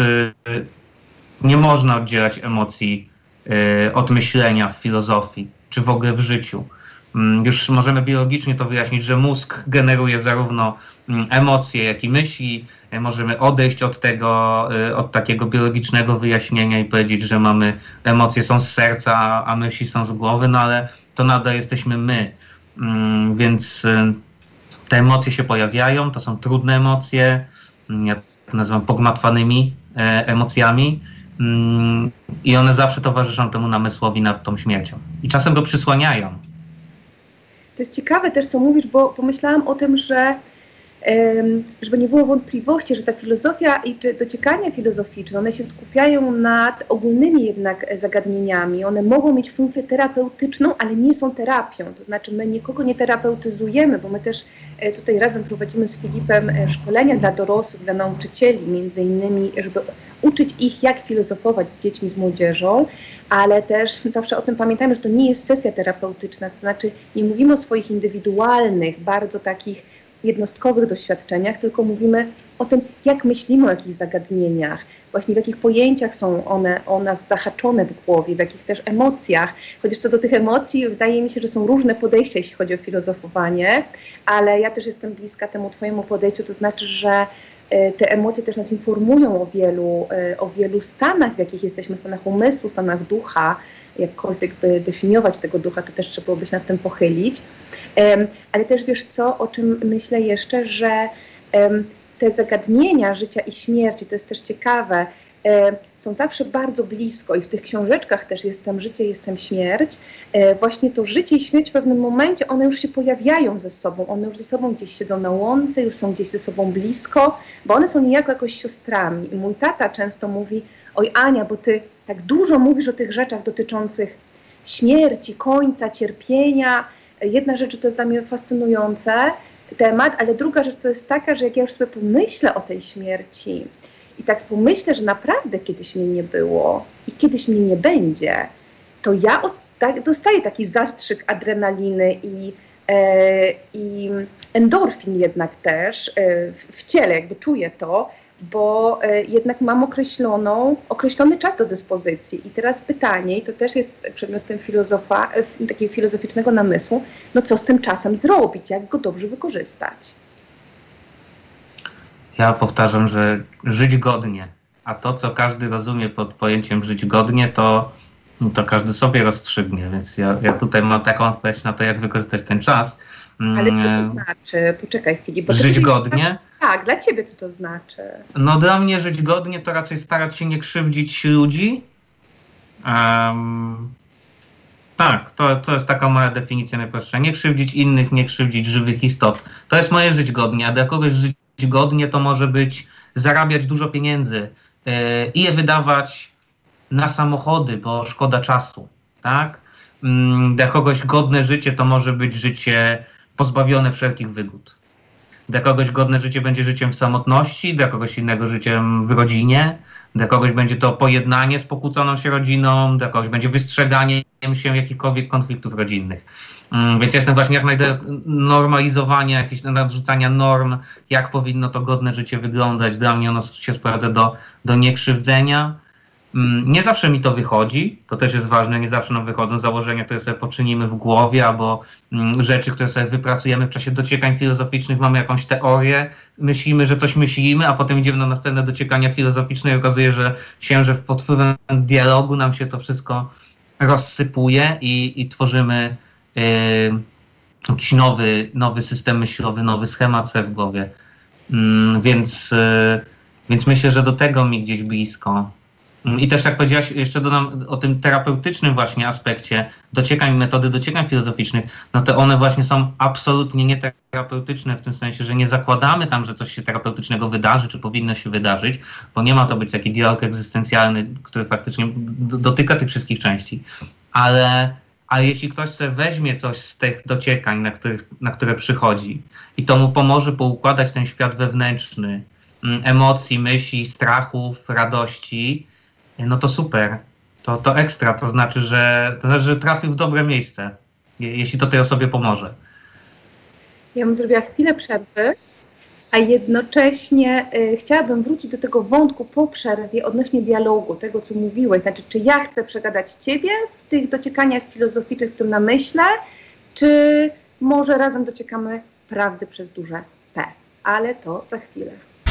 nie można oddzielać emocji od myślenia w filozofii, czy w ogóle w życiu. Już możemy biologicznie to wyjaśnić, że mózg generuje zarówno emocje, jak i myśli. Możemy odejść od tego, od takiego biologicznego wyjaśnienia i powiedzieć, że mamy emocje są z serca, a myśli są z głowy, no ale to nadal jesteśmy my. Więc te emocje się pojawiają, to są trudne emocje, ja to nazywam pogmatwanymi emocjami i one zawsze towarzyszą temu namysłowi nad tą śmiercią. I czasem go przysłaniają. To jest ciekawe też, co mówisz, bo pomyślałam o tym, że um, żeby nie było wątpliwości, że ta filozofia i te dociekania filozoficzne, one się skupiają nad ogólnymi jednak zagadnieniami. One mogą mieć funkcję terapeutyczną, ale nie są terapią. To znaczy my nikogo nie terapeutyzujemy, bo my też tutaj razem prowadzimy z Filipem szkolenia dla dorosłych, dla nauczycieli, między innymi, żeby uczyć ich, jak filozofować z dziećmi, z młodzieżą, ale też zawsze o tym pamiętajmy, że to nie jest sesja terapeutyczna, to znaczy nie mówimy o swoich indywidualnych, bardzo takich jednostkowych doświadczeniach, tylko mówimy o tym, jak myślimy o jakichś zagadnieniach, właśnie w jakich pojęciach są one o nas zahaczone w głowie, w jakich też emocjach. Chociaż co do tych emocji, wydaje mi się, że są różne podejścia, jeśli chodzi o filozofowanie, ale ja też jestem bliska temu Twojemu podejściu, to znaczy, że te emocje też nas informują o wielu, o wielu stanach, w jakich jesteśmy, stanach umysłu, stanach ducha, jakkolwiek by definiować tego ducha, to też trzeba byłoby się nad tym pochylić. Um, ale też wiesz co, o czym myślę jeszcze, że um, te zagadnienia życia i śmierci, to jest też ciekawe, um, są zawsze bardzo blisko i w tych książeczkach też Jestem życie, jestem śmierć. Um, właśnie to życie i śmierć w pewnym momencie, one już się pojawiają ze sobą, one już ze sobą gdzieś siedzą na łące, już są gdzieś ze sobą blisko, bo one są niejako jakoś siostrami. I mój tata często mówi, oj Ania, bo ty tak dużo mówisz o tych rzeczach dotyczących śmierci, końca, cierpienia. Jedna rzecz, to jest dla mnie fascynujący temat, ale druga rzecz to jest taka, że jak ja już sobie pomyślę o tej śmierci i tak pomyślę, że naprawdę kiedyś mnie nie było i kiedyś mnie nie będzie, to ja od, tak, dostaję taki zastrzyk adrenaliny i, e, i endorfin jednak też e, w, w ciele, jakby czuję to, bo e, jednak mam określoną, określony czas do dyspozycji. I teraz pytanie, i to też jest przedmiotem filozofa, e, takiego filozoficznego namysłu, no co z tym czasem zrobić, jak go dobrze wykorzystać? Ja powtarzam, że żyć godnie, a to, co każdy rozumie pod pojęciem żyć godnie, to, to każdy sobie rozstrzygnie, więc ja, ja tutaj mam taką odpowiedź na to, jak wykorzystać ten czas. Ale co to znaczy? Poczekaj Filip. Bo żyć godnie? Tak, dla ciebie co to znaczy? No dla mnie żyć godnie to raczej starać się nie krzywdzić ludzi. Um, tak, to, to jest taka moja definicja najprostsza. Nie krzywdzić innych, nie krzywdzić żywych istot. To jest moje żyć godnie, a dla kogoś żyć godnie to może być zarabiać dużo pieniędzy yy, i je wydawać na samochody, bo szkoda czasu, tak? Yy, dla kogoś godne życie to może być życie pozbawione wszelkich wygód. Dla kogoś godne życie będzie życiem w samotności, dla kogoś innego życiem w rodzinie, dla kogoś będzie to pojednanie z pokłóconą się rodziną, dla kogoś będzie wystrzeganiem się jakichkolwiek konfliktów rodzinnych. Um, więc jestem właśnie jak najdę normalizowania, jakieś narzucania norm, jak powinno to godne życie wyglądać. Dla mnie ono się sprowadza do, do niekrzywdzenia. Um, nie zawsze mi to wychodzi, to też jest ważne, nie zawsze nam wychodzą założenia, które sobie poczynimy w głowie, albo um, rzeczy, które sobie wypracujemy w czasie dociekań filozoficznych, mamy jakąś teorię, myślimy, że coś myślimy, a potem idziemy na następne dociekania filozoficzne i okazuje że się, że pod wpływem dialogu nam się to wszystko rozsypuje i, i tworzymy yy, jakiś nowy, nowy system myślowy, nowy schemat sobie w głowie. Yy, więc, yy, więc myślę, że do tego mi gdzieś blisko. I też jak powiedziałaś, jeszcze dodam o tym terapeutycznym właśnie aspekcie dociekań, metody dociekań filozoficznych, no to one właśnie są absolutnie nieterapeutyczne w tym sensie, że nie zakładamy tam, że coś się terapeutycznego wydarzy, czy powinno się wydarzyć, bo nie ma to być taki dialog egzystencjalny, który faktycznie dotyka tych wszystkich części. Ale, ale jeśli ktoś sobie weźmie coś z tych dociekań, na, których, na które przychodzi i to mu pomoże poukładać ten świat wewnętrzny, emocji, myśli, strachów, radości, no to super, to, to ekstra, to znaczy, że, to znaczy, że trafił w dobre miejsce, jeśli to tej osobie pomoże. Ja bym zrobiła chwilę przerwy, a jednocześnie y, chciałabym wrócić do tego wątku po przerwie odnośnie dialogu, tego co mówiłeś, znaczy czy ja chcę przegadać ciebie w tych dociekaniach filozoficznych, którym namyślę, czy może razem dociekamy prawdy przez duże P, ale to za chwilę.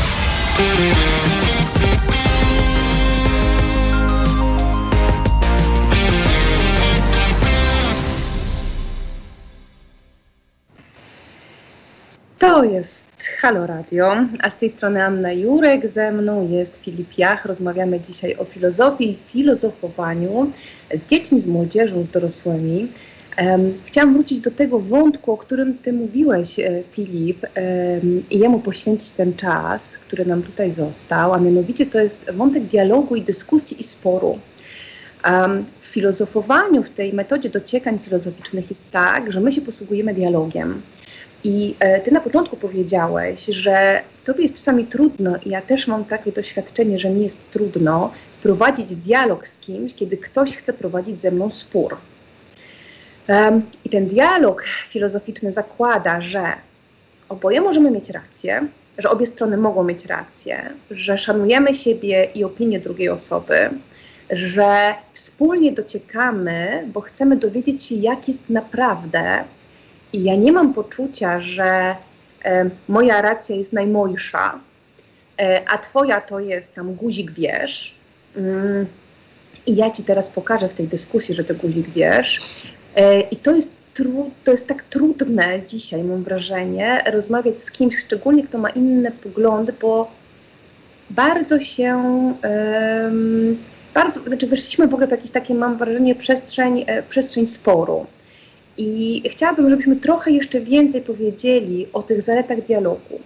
To jest Halo Radio, a z tej strony Anna Jurek, ze mną jest Filip Jach. Rozmawiamy dzisiaj o filozofii i filozofowaniu z dziećmi, z młodzieżą, z dorosłymi. Um, chciałam wrócić do tego wątku, o którym Ty mówiłeś, e, Filip, um, i jemu poświęcić ten czas, który nam tutaj został, a mianowicie to jest wątek dialogu i dyskusji i sporu. Um, w filozofowaniu, w tej metodzie dociekań filozoficznych jest tak, że my się posługujemy dialogiem. I e, Ty na początku powiedziałeś, że Tobie jest czasami trudno, i ja też mam takie doświadczenie, że mi jest trudno prowadzić dialog z kimś, kiedy ktoś chce prowadzić ze mną spór. Um, I ten dialog filozoficzny zakłada, że oboje możemy mieć rację, że obie strony mogą mieć rację, że szanujemy siebie i opinię drugiej osoby, że wspólnie dociekamy, bo chcemy dowiedzieć się, jak jest naprawdę. I ja nie mam poczucia, że e, moja racja jest najmojsza, e, a twoja to jest tam guzik wiesz. Mm, I ja ci teraz pokażę w tej dyskusji, że ty guzik wiesz. E, I to jest, tru, to jest tak trudne dzisiaj, mam wrażenie, rozmawiać z kimś, szczególnie kto ma inne poglądy, bo bardzo się, um, bardzo, znaczy weszliśmy w ogóle w jakieś takie, mam wrażenie, przestrzeń, e, przestrzeń sporu. I chciałabym, żebyśmy trochę jeszcze więcej powiedzieli o tych zaletach dialogu.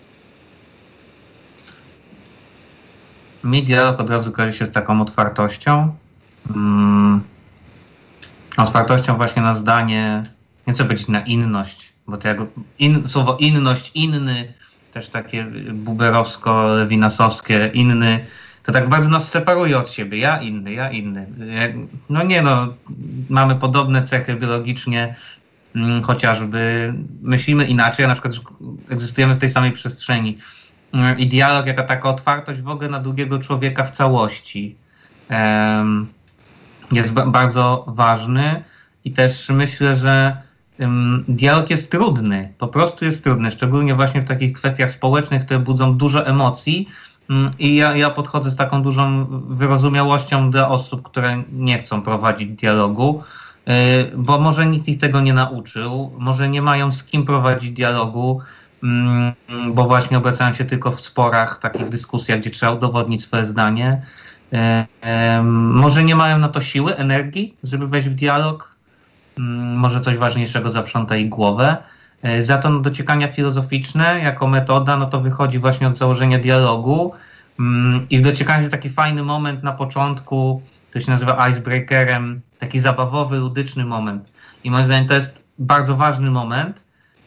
Mi dialog od razu kojarzy się z taką otwartością. Hmm. Otwartością właśnie na zdanie, nie chcę powiedzieć na inność, bo to jak in, słowo inność, inny, też takie buberowsko-lewinasowskie, inny, to tak bardzo nas separuje od siebie. Ja inny, ja inny. No nie no, mamy podobne cechy biologicznie, hmm, chociażby myślimy inaczej, a na przykład egzystujemy w tej samej przestrzeni. I dialog, jaka taka otwartość w ogóle na drugiego człowieka w całości um, jest ba- bardzo ważny i też myślę, że um, dialog jest trudny, po prostu jest trudny, szczególnie właśnie w takich kwestiach społecznych, które budzą dużo emocji. I ja, ja podchodzę z taką dużą wyrozumiałością do osób, które nie chcą prowadzić dialogu. bo może nikt ich tego nie nauczył, może nie mają z kim prowadzić dialogu, bo właśnie obracają się tylko w sporach, takich dyskusjach, gdzie trzeba udowodnić swoje zdanie. Może nie mają na to siły, energii, żeby wejść w dialog. Może coś ważniejszego zaprząta ich głowę. Za to no, dociekania filozoficzne jako metoda, no to wychodzi właśnie od założenia dialogu. I w dociekaniu jest taki fajny moment na początku, to się nazywa icebreakerem, taki zabawowy, ludyczny moment. I moim zdaniem to jest bardzo ważny moment,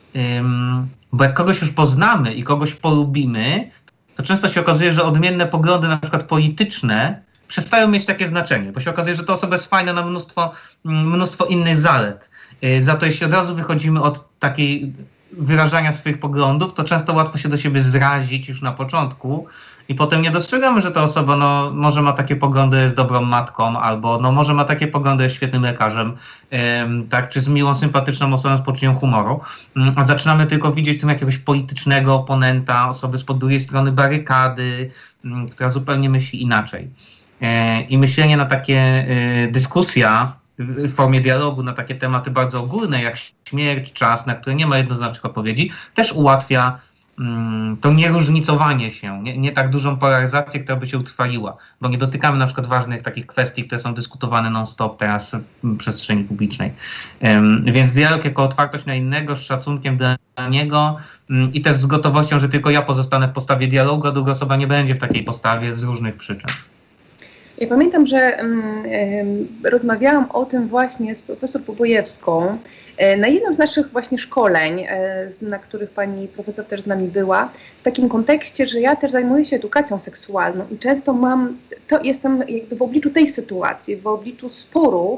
bo jak kogoś już poznamy i kogoś polubimy, to często się okazuje, że odmienne poglądy, na przykład polityczne, przestają mieć takie znaczenie, bo się okazuje, że ta osoba jest fajna na mnóstwo, mnóstwo innych zalet. Za to jeśli od razu wychodzimy od takiej wyrażania swoich poglądów, to często łatwo się do siebie zrazić już na początku i potem nie dostrzegamy, że ta osoba no, może ma takie poglądy, jest dobrą matką, albo no, może ma takie poglądy, jest świetnym lekarzem, ym, tak, czy z miłą, sympatyczną osobą z poczuciem humoru, ym, a zaczynamy tylko widzieć w tym jakiegoś politycznego oponenta, osoby z po drugiej strony barykady, ym, która zupełnie myśli inaczej. Yy, I myślenie na takie yy, dyskusja w formie dialogu na takie tematy bardzo ogólne, jak śmierć, czas, na które nie ma jednoznacznych odpowiedzi, też ułatwia mm, to nieróżnicowanie się, nie, nie tak dużą polaryzację, która by się utrwaliła, bo nie dotykamy na przykład ważnych takich kwestii, które są dyskutowane non-stop teraz w przestrzeni publicznej. Um, więc dialog jako otwartość na innego, z szacunkiem dla niego um, i też z gotowością, że tylko ja pozostanę w postawie dialogu, a druga osoba nie będzie w takiej postawie z różnych przyczyn. Ja pamiętam, że um, rozmawiałam o tym właśnie z profesor Pobojewską e, na jednym z naszych właśnie szkoleń, e, na których pani profesor też z nami była, w takim kontekście, że ja też zajmuję się edukacją seksualną i często mam, to jestem jakby w obliczu tej sytuacji, w obliczu sporu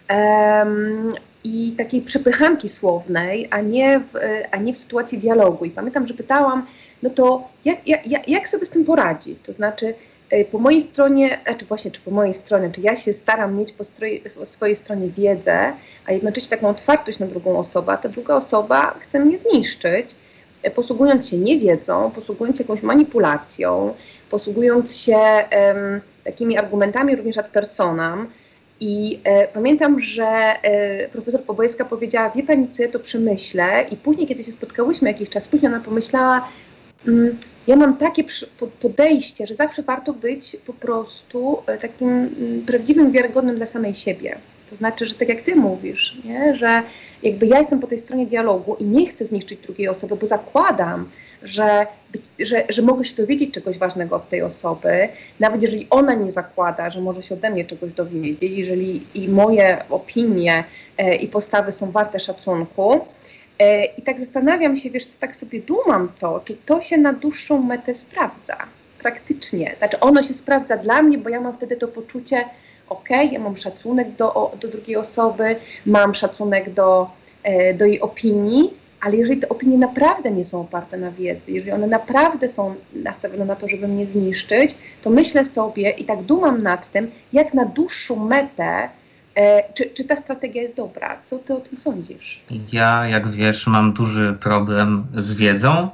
um, i takiej przepychanki słownej, a nie, w, a nie w sytuacji dialogu. I pamiętam, że pytałam, no to jak, jak, jak sobie z tym poradzić? To znaczy, po mojej stronie, czy właśnie, czy po mojej stronie, czy ja się staram mieć po, stroj, po swojej stronie wiedzę, a jednocześnie taką otwartość na drugą osobę, a ta druga osoba chce mnie zniszczyć, posługując się niewiedzą, posługując się jakąś manipulacją, posługując się um, takimi argumentami również ad personam. I e, pamiętam, że e, profesor Pobojewska powiedziała, wie pani co, ja to przemyślę, i później, kiedy się spotkałyśmy jakiś czas później, ona pomyślała, mm, ja mam takie podejście, że zawsze warto być po prostu takim prawdziwym, wiarygodnym dla samej siebie. To znaczy, że tak jak ty mówisz, nie? Że jakby ja jestem po tej stronie dialogu i nie chcę zniszczyć drugiej osoby, bo zakładam, że, że, że mogę się dowiedzieć czegoś ważnego od tej osoby, nawet jeżeli ona nie zakłada, że może się ode mnie czegoś dowiedzieć, jeżeli i moje opinie e, i postawy są warte szacunku. I tak zastanawiam się, wiesz, tak sobie dumam to, czy to się na dłuższą metę sprawdza praktycznie. Znaczy ono się sprawdza dla mnie, bo ja mam wtedy to poczucie, okej, okay, ja mam szacunek do, do drugiej osoby, mam szacunek do, do jej opinii, ale jeżeli te opinie naprawdę nie są oparte na wiedzy, jeżeli one naprawdę są nastawione na to, żeby mnie zniszczyć, to myślę sobie i tak dumam nad tym, jak na dłuższą metę Czy, czy ta strategia jest dobra? Co ty o tym sądzisz? Ja, jak wiesz, mam duży problem z wiedzą,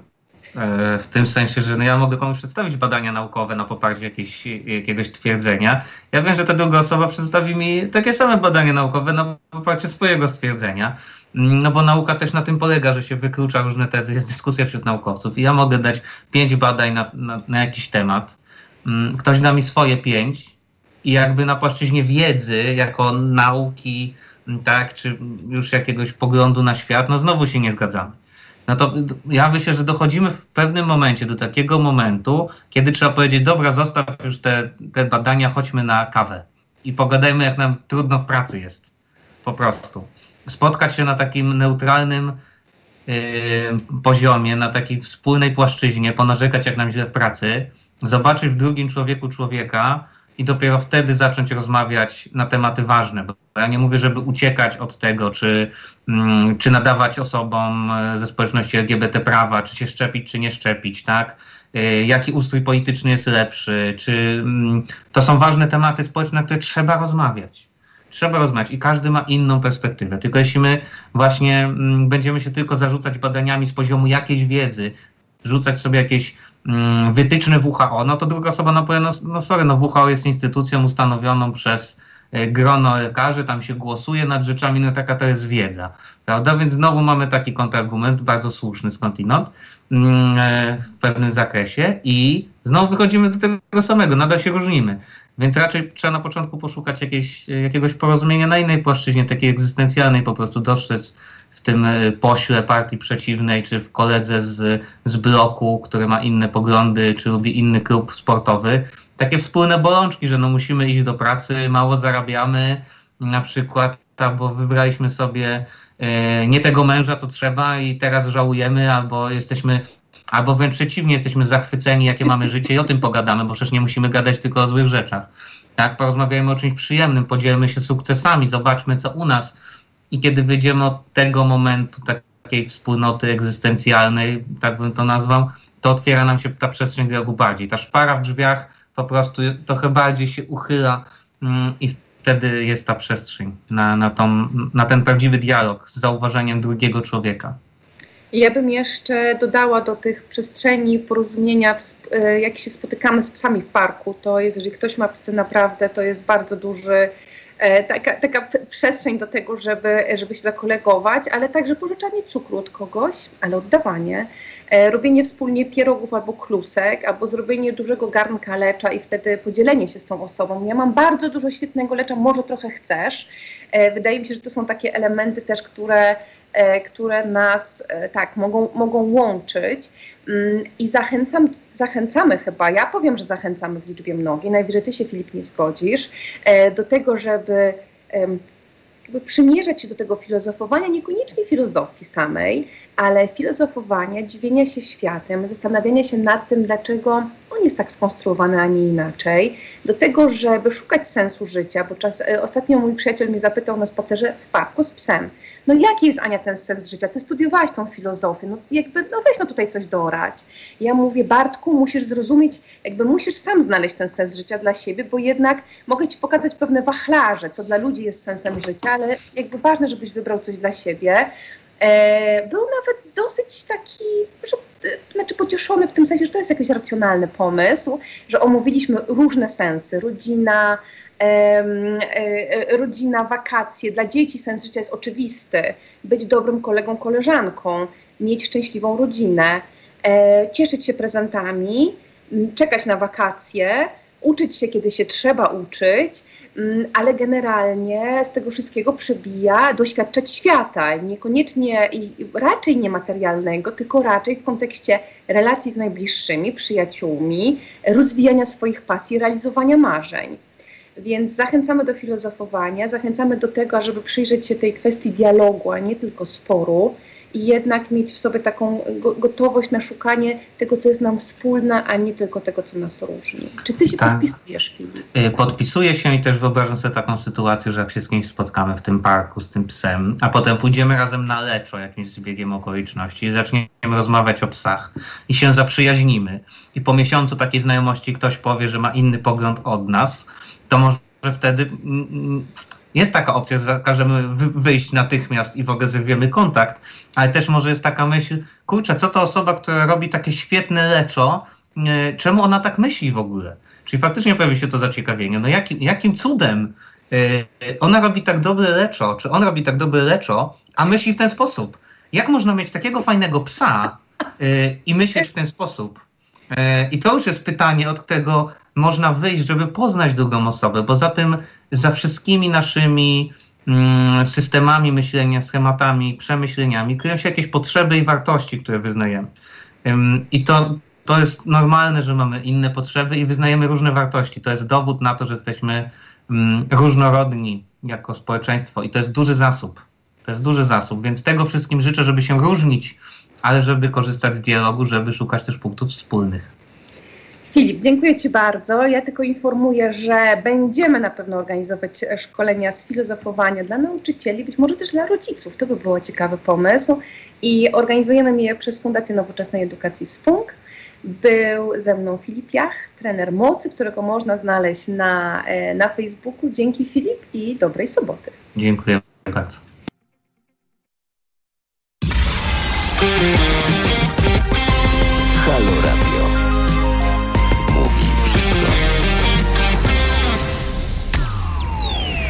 w tym sensie, że no ja mogę komuś przedstawić badania naukowe na poparciu jakieś, jakiegoś twierdzenia. Ja wiem, że ta druga osoba przedstawi mi takie same badania naukowe na poparciu swojego stwierdzenia, no bo nauka też na tym polega, że się wyklucza różne tezy, jest dyskusja wśród naukowców i ja mogę dać pięć badań na, na, na jakiś temat, ktoś da mi swoje pięć, i jakby na płaszczyźnie wiedzy, jako nauki, tak, czy już jakiegoś poglądu na świat, no znowu się nie zgadzamy. No to ja myślę, że dochodzimy w pewnym momencie do takiego momentu, kiedy trzeba powiedzieć, dobra, zostaw już te, te badania, chodźmy na kawę i pogadajmy, jak nam trudno w pracy jest. Po prostu. Spotkać się na takim neutralnym yy, poziomie, na takiej wspólnej płaszczyźnie, ponarzekać, jak nam źle w pracy, zobaczyć w drugim człowieku człowieka, i dopiero wtedy zacząć rozmawiać na tematy ważne. Bo ja nie mówię, żeby uciekać od tego, czy, mm, czy nadawać osobom ze społeczności L G B T prawa, czy się szczepić, czy nie szczepić, tak? Y, jaki ustrój polityczny jest lepszy, czy mm, to są ważne tematy społeczne, na które trzeba rozmawiać. Trzeba rozmawiać i każdy ma inną perspektywę. Tylko jeśli my właśnie mm, będziemy się tylko zarzucać badaniami z poziomu jakiejś wiedzy, rzucać sobie jakieś wytyczne W H O, no to druga osoba no powie, no, no sorry, no W H O jest instytucją ustanowioną przez grono lekarzy, tam się głosuje nad rzeczami, no taka to jest wiedza, prawda? Więc znowu mamy taki kontrargument, bardzo słuszny skądinąd w pewnym zakresie i znowu wychodzimy do tego samego, nadal się różnimy. Więc raczej trzeba na początku poszukać jakiejś, jakiegoś porozumienia na innej płaszczyźnie, takiej egzystencjalnej, po prostu dostrzec w tym pośle partii przeciwnej, czy w koledze z, z bloku, który ma inne poglądy, czy lubi inny klub sportowy, takie wspólne bolączki, że no musimy iść do pracy, mało zarabiamy, na przykład, bo wybraliśmy sobie e, nie tego męża, co trzeba i teraz żałujemy, albo jesteśmy, albo wręcz przeciwnie, jesteśmy zachwyceni, jakie mamy życie i o tym pogadamy, bo przecież nie musimy gadać tylko o złych rzeczach. Tak, porozmawiajmy o czymś przyjemnym, podzielmy się sukcesami, zobaczmy, co u nas. I kiedy wyjdziemy od tego momentu takiej wspólnoty egzystencjalnej, tak bym to nazwał, to otwiera nam się ta przestrzeń dialogu bardziej. Ta szpara w drzwiach po prostu trochę bardziej się uchyla mm, i wtedy jest ta przestrzeń na, na, tą, na ten prawdziwy dialog z zauważeniem drugiego człowieka. Ja bym jeszcze dodała do tych przestrzeni porozumienia, jak się spotykamy z psami w parku, to jest, jeżeli ktoś ma psy naprawdę, to jest bardzo duży Taka, taka przestrzeń do tego, żeby, żeby się zakolegować, ale także pożyczanie cukru od kogoś, ale oddawanie, e, robienie wspólnie pierogów albo klusek, albo zrobienie dużego garnka lecza i wtedy podzielenie się z tą osobą. Ja mam bardzo dużo świetnego lecza, może trochę chcesz. E, wydaje mi się, że to są takie elementy też, które, e, które nas e, tak mogą, mogą łączyć mm, i zachęcam Zachęcamy chyba, ja powiem, że zachęcamy w liczbie mnogiej, najwyżej ty się, Filip, nie zgodzisz, e, do tego, żeby e, jakby przymierzać się do tego filozofowania, niekoniecznie filozofii samej, ale filozofowania, dziwienia się światem, zastanawiania się nad tym, dlaczego on jest tak skonstruowany, a nie inaczej, do tego, żeby szukać sensu życia, bo czas, e, ostatnio mój przyjaciel mnie zapytał na spacerze w parku z psem, no jaki jest, Ania, ten sens życia? Ty studiowałaś tą filozofię, no jakby, no weź no tutaj coś dorać. Ja mówię, Bartku, musisz zrozumieć, jakby musisz sam znaleźć ten sens życia dla siebie, bo jednak mogę ci pokazać pewne wachlarze, co dla ludzi jest sensem życia, ale jakby ważne, żebyś wybrał coś dla siebie. E, był nawet dosyć taki, że, znaczy pocieszony w tym sensie, że to jest jakiś racjonalny pomysł, że omówiliśmy różne sensy, rodzina, e, e, rodzina, wakacje. Dla dzieci sens życia jest oczywisty, być dobrym kolegą, koleżanką, mieć szczęśliwą rodzinę, e, cieszyć się prezentami, czekać na wakacje, uczyć się, kiedy się trzeba uczyć, ale generalnie z tego wszystkiego przebija doświadczać świata, niekoniecznie i raczej niematerialnego, tylko raczej w kontekście relacji z najbliższymi, przyjaciółmi, rozwijania swoich pasji, realizowania marzeń. Więc zachęcamy do filozofowania, zachęcamy do tego, żeby przyjrzeć się tej kwestii dialogu, a nie tylko sporu, i jednak mieć w sobie taką go- gotowość na szukanie tego, co jest nam wspólne, a nie tylko tego, co nas różni. Czy ty się tak podpisujesz, Filip? Podpisuję się i też wyobrażam sobie taką sytuację, że jak się z kimś spotkamy w tym parku z tym psem, a potem pójdziemy razem na leczo jakimś zbiegiem okoliczności i zaczniemy rozmawiać o psach i się zaprzyjaźnimy i po miesiącu takiej znajomości ktoś powie, że ma inny pogląd od nas, to może wtedy... Mm, jest taka opcja, że każemy wyjść natychmiast i w ogóle zerwiemy kontakt, ale też może jest taka myśl, kurczę, co to osoba, która robi takie świetne leczo, yy, czemu ona tak myśli w ogóle? Czyli faktycznie pojawi się to zaciekawienie. No jakim, jakim cudem yy, ona robi tak dobre leczo, czy on robi tak dobre leczo, a myśli w ten sposób? Jak można mieć takiego fajnego psa yy, i myśleć w ten sposób? Yy, I to już jest pytanie, od którego można wyjść, żeby poznać drugą osobę, bo za tym, za wszystkimi naszymi mm, systemami myślenia, schematami, przemyśleniami kryją się jakieś potrzeby i wartości, które wyznajemy. Ym, I to, to jest normalne, że mamy inne potrzeby i wyznajemy różne wartości. To jest dowód na to, że jesteśmy mm, różnorodni jako społeczeństwo i to jest duży zasób. To jest duży zasób, więc tego wszystkim życzę, żeby się różnić, ale żeby korzystać z dialogu, żeby szukać też punktów wspólnych. Filip, dziękuję ci bardzo. Ja tylko informuję, że będziemy na pewno organizować szkolenia z filozofowania dla nauczycieli, być może też dla rodziców. To by był ciekawy pomysł. I organizujemy je przez Fundację Nowoczesnej Edukacji Spunk. Był ze mną Filip Jach, trener mocy, którego można znaleźć na, na Facebooku. Dzięki, Filip, i dobrej soboty. Dziękuję bardzo. Halo Radio. Mówi wszystko.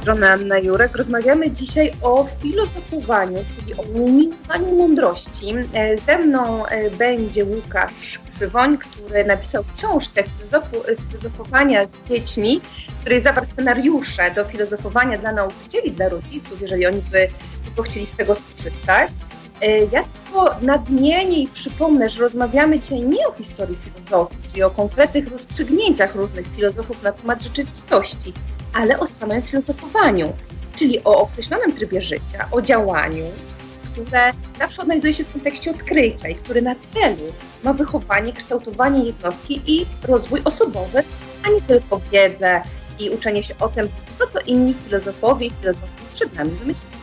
strony Anna Jurek. Rozmawiamy dzisiaj o filozofowaniu, czyli o umiłowaniu mądrości. Ze mną będzie Łukasz Krzywoń, który napisał książkę filozofu- filozofowania z dziećmi, w której zawarł scenariusze do filozofowania dla nauczycieli, dla rodziców, jeżeli oni by tylko chcieli z tego skorzystać. Ja tylko nadmienię i przypomnę, że rozmawiamy dzisiaj nie o historii filozofii, czyli o konkretnych rozstrzygnięciach różnych filozofów na temat rzeczywistości, ale o samym filozofowaniu, czyli o określonym trybie życia, o działaniu, które zawsze odnajduje się w kontekście odkrycia i który na celu ma wychowanie, kształtowanie jednostki i rozwój osobowy, a nie tylko wiedzę i uczenie się o tym, co to inni filozofowie i filozofii przed nami wymyślili.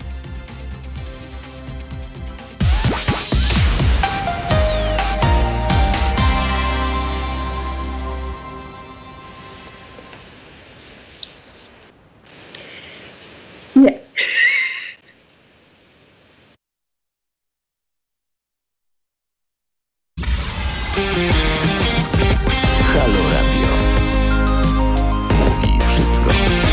Nie. Halo Radio. Mówi wszystko.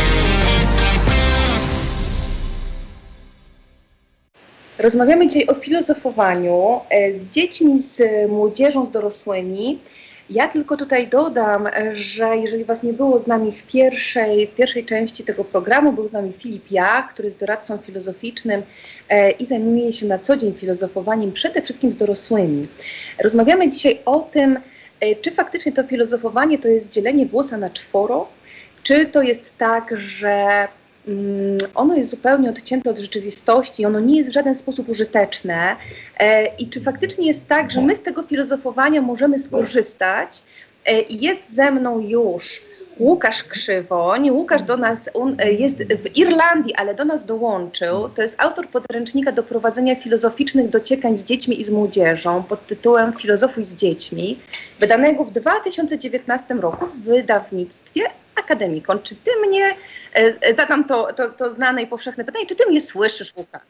Rozmawiamy dzisiaj o filozofowaniu z dziećmi, z młodzieżą, z dorosłymi. Ja tylko tutaj dodam, że jeżeli Was nie było z nami w pierwszej, w pierwszej części tego programu, był z nami Filip Jach, który jest doradcą filozoficznym e, i zajmuje się na co dzień filozofowaniem, przede wszystkim z dorosłymi. Rozmawiamy dzisiaj o tym, e, czy faktycznie to filozofowanie to jest dzielenie włosa na czworo, czy to jest tak, że ono jest zupełnie odcięte od rzeczywistości, ono nie jest w żaden sposób użyteczne e, i czy faktycznie jest tak, że my z tego filozofowania możemy skorzystać e, i jest ze mną już Łukasz Krzywoń. Łukasz do nas on jest w Irlandii, ale do nas dołączył. To jest autor podręcznika do prowadzenia filozoficznych dociekań z dziećmi i z młodzieżą pod tytułem Filozofuj z dziećmi, wydanego w dwa tysiące dziewiętnastym roku w wydawnictwie Akademikon. Czy ty mnie, e, zadam to, to, to znane i powszechne pytanie, czy ty mnie słyszysz, Łukasz?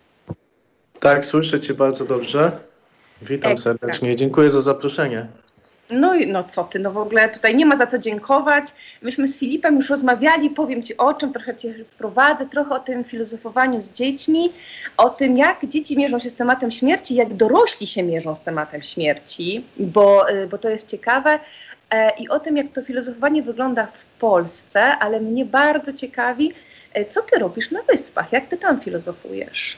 Tak, słyszę cię bardzo dobrze. Witam Ekstra. serdecznie. Dziękuję za zaproszenie. No i no co ty, no w ogóle tutaj nie ma za co dziękować. Myśmy z Filipem już rozmawiali, powiem ci o czym, trochę cię wprowadzę, trochę o tym filozofowaniu z dziećmi, o tym jak dzieci mierzą się z tematem śmierci, jak dorośli się mierzą z tematem śmierci, bo, bo to jest ciekawe. I o tym, jak to filozofowanie wygląda w Polsce, ale mnie bardzo ciekawi, co ty robisz na Wyspach, jak ty tam filozofujesz?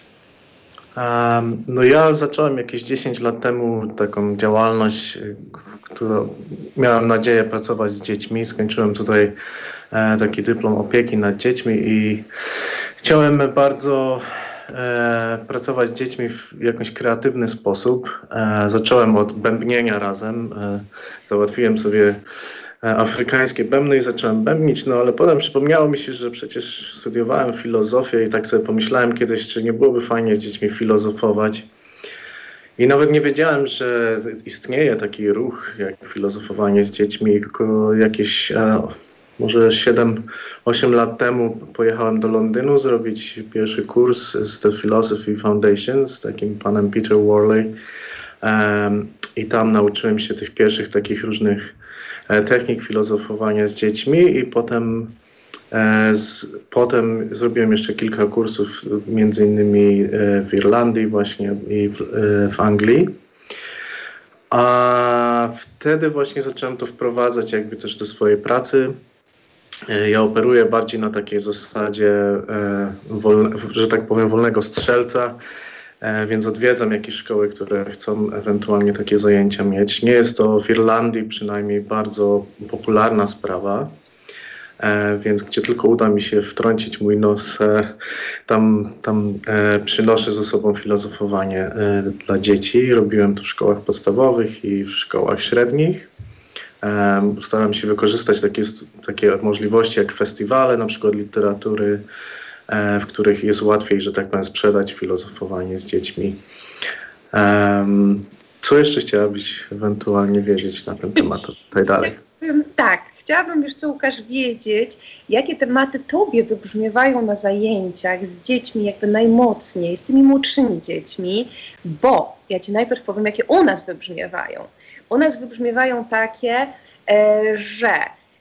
Um, no ja zacząłem jakieś dziesięć lat temu taką działalność, którą miałem nadzieję pracować z dziećmi. Skończyłem tutaj e, taki dyplom opieki nad dziećmi i chciałem bardzo e, pracować z dziećmi w jakiś kreatywny sposób. E, zacząłem od bębnienia razem. E, załatwiłem sobie afrykańskie bębny i zacząłem bębnić, no ale potem przypomniało mi się, że przecież studiowałem filozofię i tak sobie pomyślałem kiedyś, czy nie byłoby fajnie z dziećmi filozofować. I nawet nie wiedziałem, że istnieje taki ruch jak filozofowanie z dziećmi. Tylko jakieś e, może siedem osiem lat temu pojechałem do Londynu zrobić pierwszy kurs z The Philosophy Foundation z takim panem Peter Worley. Um, I tam nauczyłem się tych pierwszych takich różnych technik filozofowania z dziećmi i potem, e, z, potem zrobiłem jeszcze kilka kursów, między innymi e, w Irlandii właśnie i w, e, w Anglii. A wtedy właśnie zacząłem to wprowadzać jakby też do swojej pracy. E, ja operuję bardziej na takiej zasadzie, e, wolne, że tak powiem, wolnego strzelca. Więc odwiedzam jakieś szkoły, które chcą ewentualnie takie zajęcia mieć. Nie jest to w Irlandii przynajmniej bardzo popularna sprawa, więc gdzie tylko uda mi się wtrącić mój nos, tam, tam przynoszę ze sobą filozofowanie dla dzieci. Robiłem to w szkołach podstawowych i w szkołach średnich. Staram się wykorzystać takie, takie możliwości jak festiwale, na przykład literatury, w których jest łatwiej, że tak powiem, sprzedać filozofowanie z dziećmi. Um, co jeszcze chciałabyś ewentualnie wiedzieć na ten temat tutaj dalej? Tak, chciałabym jeszcze, Łukasz, wiedzieć, jakie tematy tobie wybrzmiewają na zajęciach z dziećmi jakby najmocniej, z tymi młodszymi dziećmi, bo ja ci najpierw powiem, jakie u nas wybrzmiewają. U nas wybrzmiewają takie, e, że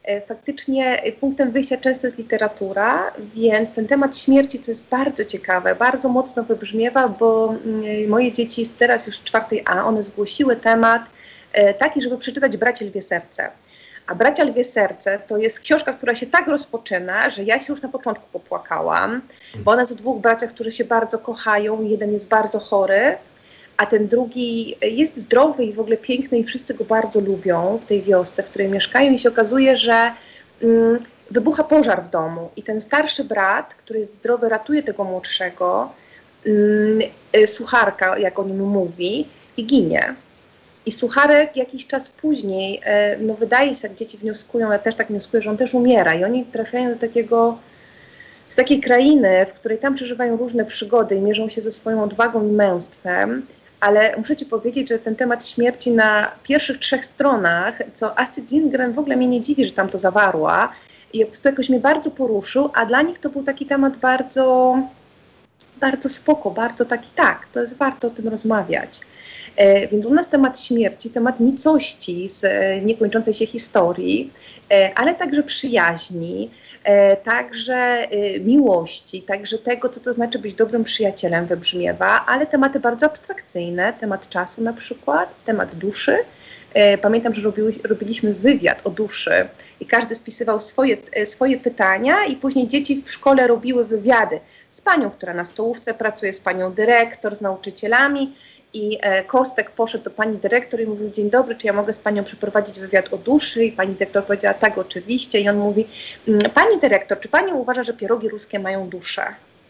faktycznie punktem wyjścia często jest literatura, więc ten temat śmierci, co jest bardzo ciekawe, bardzo mocno wybrzmiewa, bo moje dzieci z teraz już czwartej A, one zgłosiły temat taki, żeby przeczytać Bracie Lwie Serce. A Bracia Lwie Serce to jest książka, która się tak rozpoczyna, że ja się już na początku popłakałam, bo one to dwóch braciach, którzy się bardzo kochają, jeden jest bardzo chory, a ten drugi jest zdrowy i w ogóle piękny i wszyscy go bardzo lubią w tej wiosce, w której mieszkają i się okazuje, że mm, wybucha pożar w domu i ten starszy brat, który jest zdrowy, ratuje tego młodszego, mm, sucharka, jak on mu mówi, i ginie. I sucharek jakiś czas później, e, no wydaje się, jak dzieci wnioskują, ja też tak wnioskuję, że on też umiera i oni trafiają do takiego, z takiej krainy, w której tam przeżywają różne przygody i mierzą się ze swoją odwagą i męstwem. Ale muszę ci powiedzieć, że ten temat śmierci na pierwszych trzech stronach, co Astrid Lindgren w ogóle mnie nie dziwi, że tam to zawarła, i po prostu jakoś mnie bardzo poruszył, a dla nich to był taki temat bardzo, bardzo spoko, bardzo taki tak, to jest warto o tym rozmawiać. E, więc u nas temat śmierci, temat nicości z e, niekończącej się historii, e, ale także przyjaźni, E, także e, miłości, także tego, co to znaczy być dobrym przyjacielem, wybrzmiewa, ale tematy bardzo abstrakcyjne, temat czasu na przykład, temat duszy. E, pamiętam, że robiły, robiliśmy wywiad o duszy i każdy spisywał swoje, e, swoje pytania i później dzieci w szkole robiły wywiady z panią, która na stołówce pracuje, z panią dyrektor, z nauczycielami. I e, Kostek poszedł do pani dyrektor i mówił: dzień dobry, czy ja mogę z panią przeprowadzić wywiad o duszy? I pani dyrektor powiedziała: tak, oczywiście. I on mówi: pani dyrektor, czy pani uważa, że pierogi ruskie mają duszę?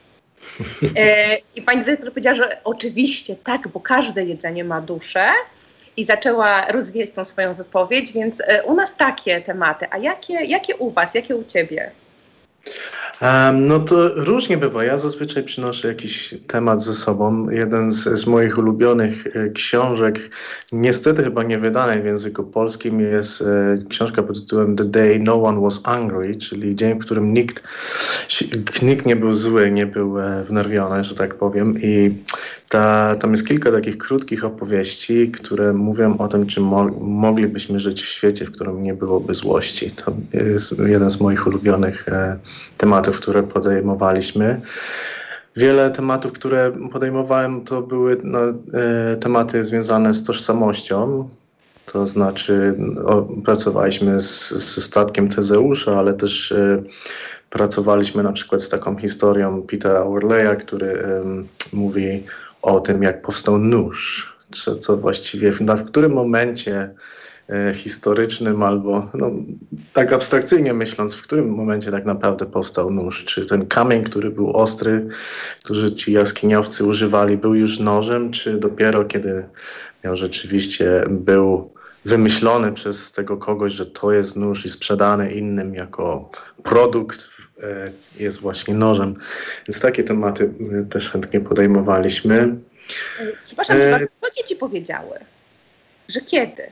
E, I pani dyrektor powiedziała, że oczywiście tak, bo każde jedzenie ma duszę. I zaczęła rozwijać tą swoją wypowiedź, więc e, u nas takie tematy. A jakie, jakie u was, jakie u ciebie? Um, no to różnie bywa. Ja zazwyczaj przynoszę jakiś temat ze sobą. Jeden z, z moich ulubionych e, książek, niestety chyba nie wydanej w języku polskim, jest e, książka pod tytułem The Day No One Was Angry, czyli dzień, w którym nikt, nikt nie był zły, nie był e, wnerwiony, że tak powiem. I ta, tam jest kilka takich krótkich opowieści, które mówią o tym, czy mo moglibyśmy żyć w świecie, w którym nie byłoby złości. To jest jeden z moich ulubionych e, tematów, które podejmowaliśmy. Wiele tematów, które podejmowałem, to były no, e, tematy związane z tożsamością. To znaczy o, pracowaliśmy z, ze statkiem Tezeusza, ale też e, pracowaliśmy na przykład z taką historią Petera Worleya, który e, mówi o tym, jak powstał nóż, co, co właściwie w, w którym momencie e, historycznym albo no, tak abstrakcyjnie myśląc, w którym momencie tak naprawdę powstał nóż. Czy ten kamień, który był ostry, który ci jaskiniowcy używali, był już nożem, czy dopiero kiedy miał rzeczywiście był wymyślony przez tego kogoś, że to jest nóż i sprzedany innym jako produkt, e, jest właśnie nożem. Więc takie tematy też chętnie podejmowaliśmy. Przepraszam, e... co dzieci powiedziały? Że kiedy?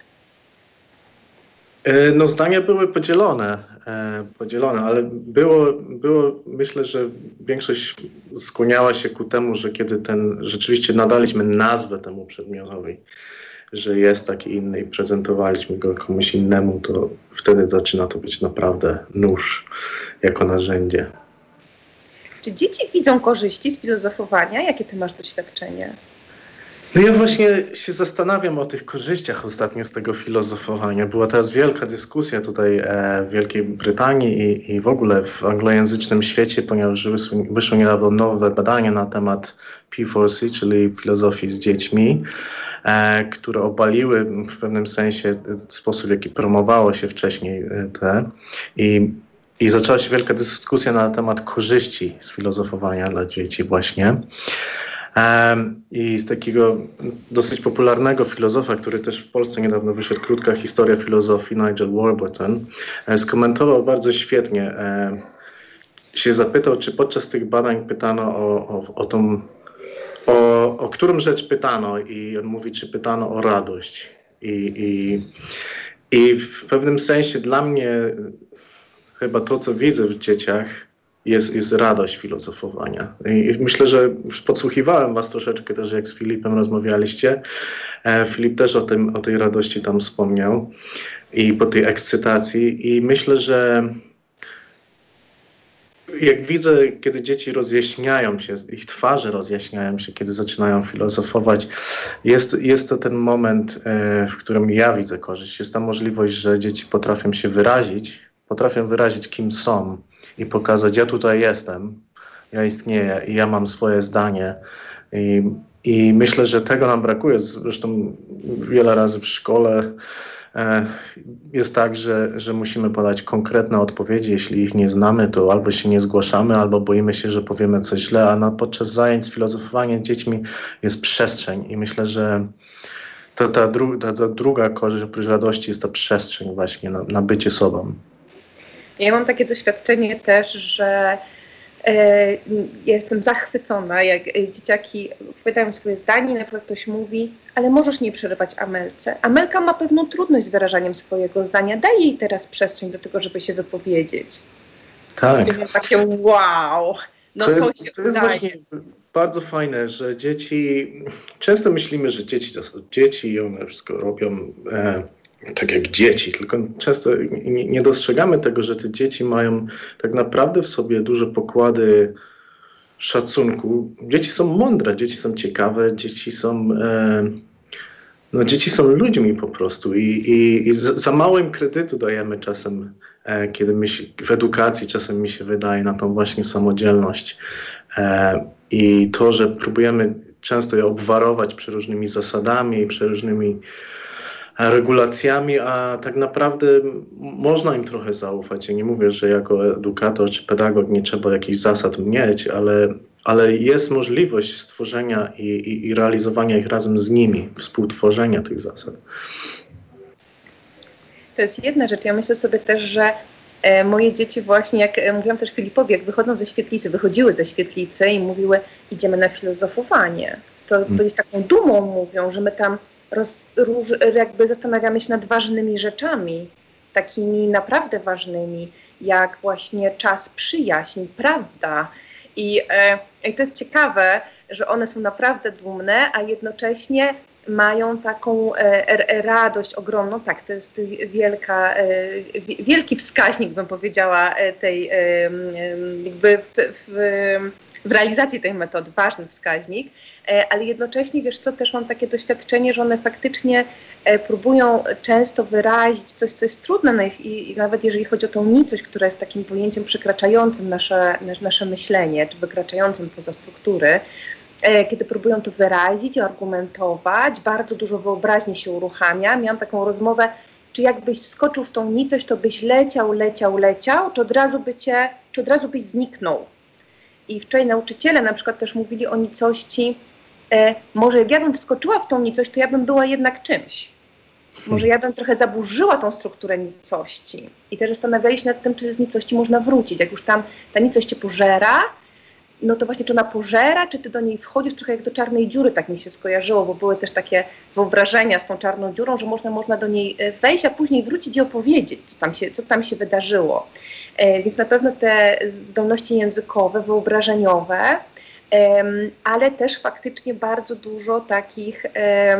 E, no zdania były podzielone, e, podzielone, ale było, było, myślę, że większość skłaniała się ku temu, że kiedy ten, rzeczywiście nadaliśmy nazwę temu przedmiotowi, że jest taki inny i prezentowaliśmy go komuś innemu, to wtedy zaczyna to być naprawdę nóż jako narzędzie. Czy dzieci widzą korzyści z filozofowania? Jakie ty masz doświadczenie? No ja właśnie się zastanawiam o tych korzyściach ostatnio z tego filozofowania. Była teraz wielka dyskusja tutaj e, w Wielkiej Brytanii i, i w ogóle w anglojęzycznym świecie, ponieważ wyszło, wyszło niedawno nowe badanie na temat P cztery C, czyli filozofii z dziećmi, e, które obaliły w pewnym sensie sposób, w jaki promowało się wcześniej te. I, i zaczęła się wielka dyskusja na temat korzyści z filozofowania dla dzieci właśnie. Um, I z takiego dosyć popularnego filozofa, który też w Polsce niedawno wyszedł, Krótka historia filozofii, Nigel Warburton, e, skomentował bardzo świetnie. E, się zapytał, czy podczas tych badań pytano o, o, o tą, o, o którą rzecz pytano, i on mówi, czy pytano o radość. I, i, i w pewnym sensie dla mnie chyba to, co widzę w dzieciach, jest, jest radość filozofowania. I myślę, że podsłuchiwałem was troszeczkę też, jak z Filipem rozmawialiście. E, Filip też o, tym, o tej radości tam wspomniał i po tej ekscytacji. I myślę, że jak widzę, kiedy dzieci rozjaśniają się, ich twarze rozjaśniają się, kiedy zaczynają filozofować, jest, jest to ten moment, e, w którym ja widzę korzyść. Jest ta możliwość, że dzieci potrafią się wyrazić, potrafią wyrazić, kim są i pokazać, ja tutaj jestem, ja istnieję i ja mam swoje zdanie. I, i myślę, że tego nam brakuje. Zresztą wiele razy w szkole e, jest tak, że, że musimy podać konkretne odpowiedzi. Jeśli ich nie znamy, to albo się nie zgłaszamy, albo boimy się, że powiemy coś źle, a na, podczas zajęć z filozofowaniem z dziećmi jest przestrzeń i myślę, że to ta, dru, ta, ta druga korzyść oprócz radości jest ta przestrzeń właśnie na, na bycie sobą. Ja mam takie doświadczenie też, że e, jestem zachwycona, jak dzieciaki opowiadają swoje zdanie, na przykład ktoś mówi, ale możesz nie przerywać Amelce. Amelka ma pewną trudność z wyrażaniem swojego zdania, daj jej teraz przestrzeń do tego, żeby się wypowiedzieć. Tak. I takie wow, no to, to, jest, się to jest właśnie bardzo fajne, że dzieci, często myślimy, że dzieci to są dzieci i one wszystko robią e, tak jak dzieci, tylko często nie, nie dostrzegamy tego, że te dzieci mają tak naprawdę w sobie duże pokłady szacunku. Dzieci są mądre, dzieci są ciekawe, dzieci są, e, no dzieci są ludźmi po prostu i, i, i za mało im kredytu dajemy czasem, e, kiedy my się, w edukacji czasem mi się wydaje na tą właśnie samodzielność e, i to, że próbujemy często je obwarować przeróżnymi zasadami, przeróżnymi regulacjami, a tak naprawdę można im trochę zaufać. Ja nie mówię, że jako edukator czy pedagog nie trzeba jakichś zasad mieć, ale, ale jest możliwość stworzenia i, i, i realizowania ich razem z nimi, współtworzenia tych zasad. To jest jedna rzecz. Ja myślę sobie też, że e, moje dzieci właśnie, jak e, mówiłam też Filipowi, jak wychodzą ze świetlicy, wychodziły ze świetlicy i mówiły, idziemy na filozofowanie. To, to hmm. jest taką dumą mówią, że my tam Roz, róż, jakby zastanawiamy się nad ważnymi rzeczami, takimi naprawdę ważnymi, jak właśnie czas, przyjaźń, prawda. I, e, i to jest ciekawe, że one są naprawdę dumne, a jednocześnie mają taką e, radość ogromną. Tak, to jest wielka, e, wielki wskaźnik, bym powiedziała, tej e, jakby w, w, w realizacji tej metody, ważny wskaźnik, ale jednocześnie, wiesz co, też mam takie doświadczenie, że one faktycznie próbują często wyrazić coś, co jest trudne no i, i nawet jeżeli chodzi o tą nicość, która jest takim pojęciem przekraczającym nasze, nasze myślenie, czy wykraczającym poza struktury, kiedy próbują to wyrazić, argumentować, bardzo dużo wyobraźni się uruchamia. Miałam taką rozmowę, czy jakbyś skoczył w tą nicość, to byś leciał, leciał, leciał, czy od razu, by cię, czy od razu byś zniknął. I wczoraj nauczyciele na przykład też mówili o nicości, e, może jak ja bym wskoczyła w tą nicość, to ja bym była jednak czymś. Może ja bym trochę zaburzyła tą strukturę nicości. I też zastanawiali się nad tym, czy z nicości można wrócić. Jak już tam ta nicość cię pożera, no to właśnie czy ona pożera, czy ty do niej wchodzisz, trochę jak do czarnej dziury, tak mi się skojarzyło, bo były też takie wyobrażenia z tą czarną dziurą, że można, można do niej wejść, a później wrócić i opowiedzieć, co tam się, co tam się wydarzyło. E, więc na pewno te zdolności językowe, wyobrażeniowe, e, ale też faktycznie bardzo dużo takich, e,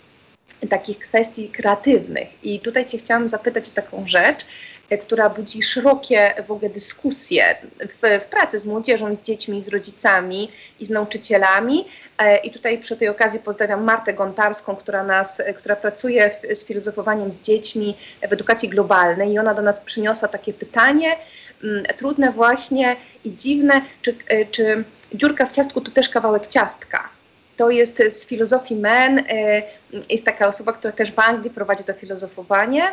takich kwestii kreatywnych. I tutaj cię chciałam zapytać o taką rzecz, która budzi szerokie w ogóle dyskusje w, w pracy z młodzieżą, z dziećmi, z rodzicami i z nauczycielami. I tutaj przy tej okazji pozdrawiam Martę Gontarską, która, nas, która pracuje w, z filozofowaniem z dziećmi w edukacji globalnej i ona do nas przyniosła takie pytanie, m, trudne właśnie i dziwne, czy, czy dziurka w ciastku to też kawałek ciastka? To jest z filozofii Men, jest taka osoba, która też w Anglii prowadzi to filozofowanie.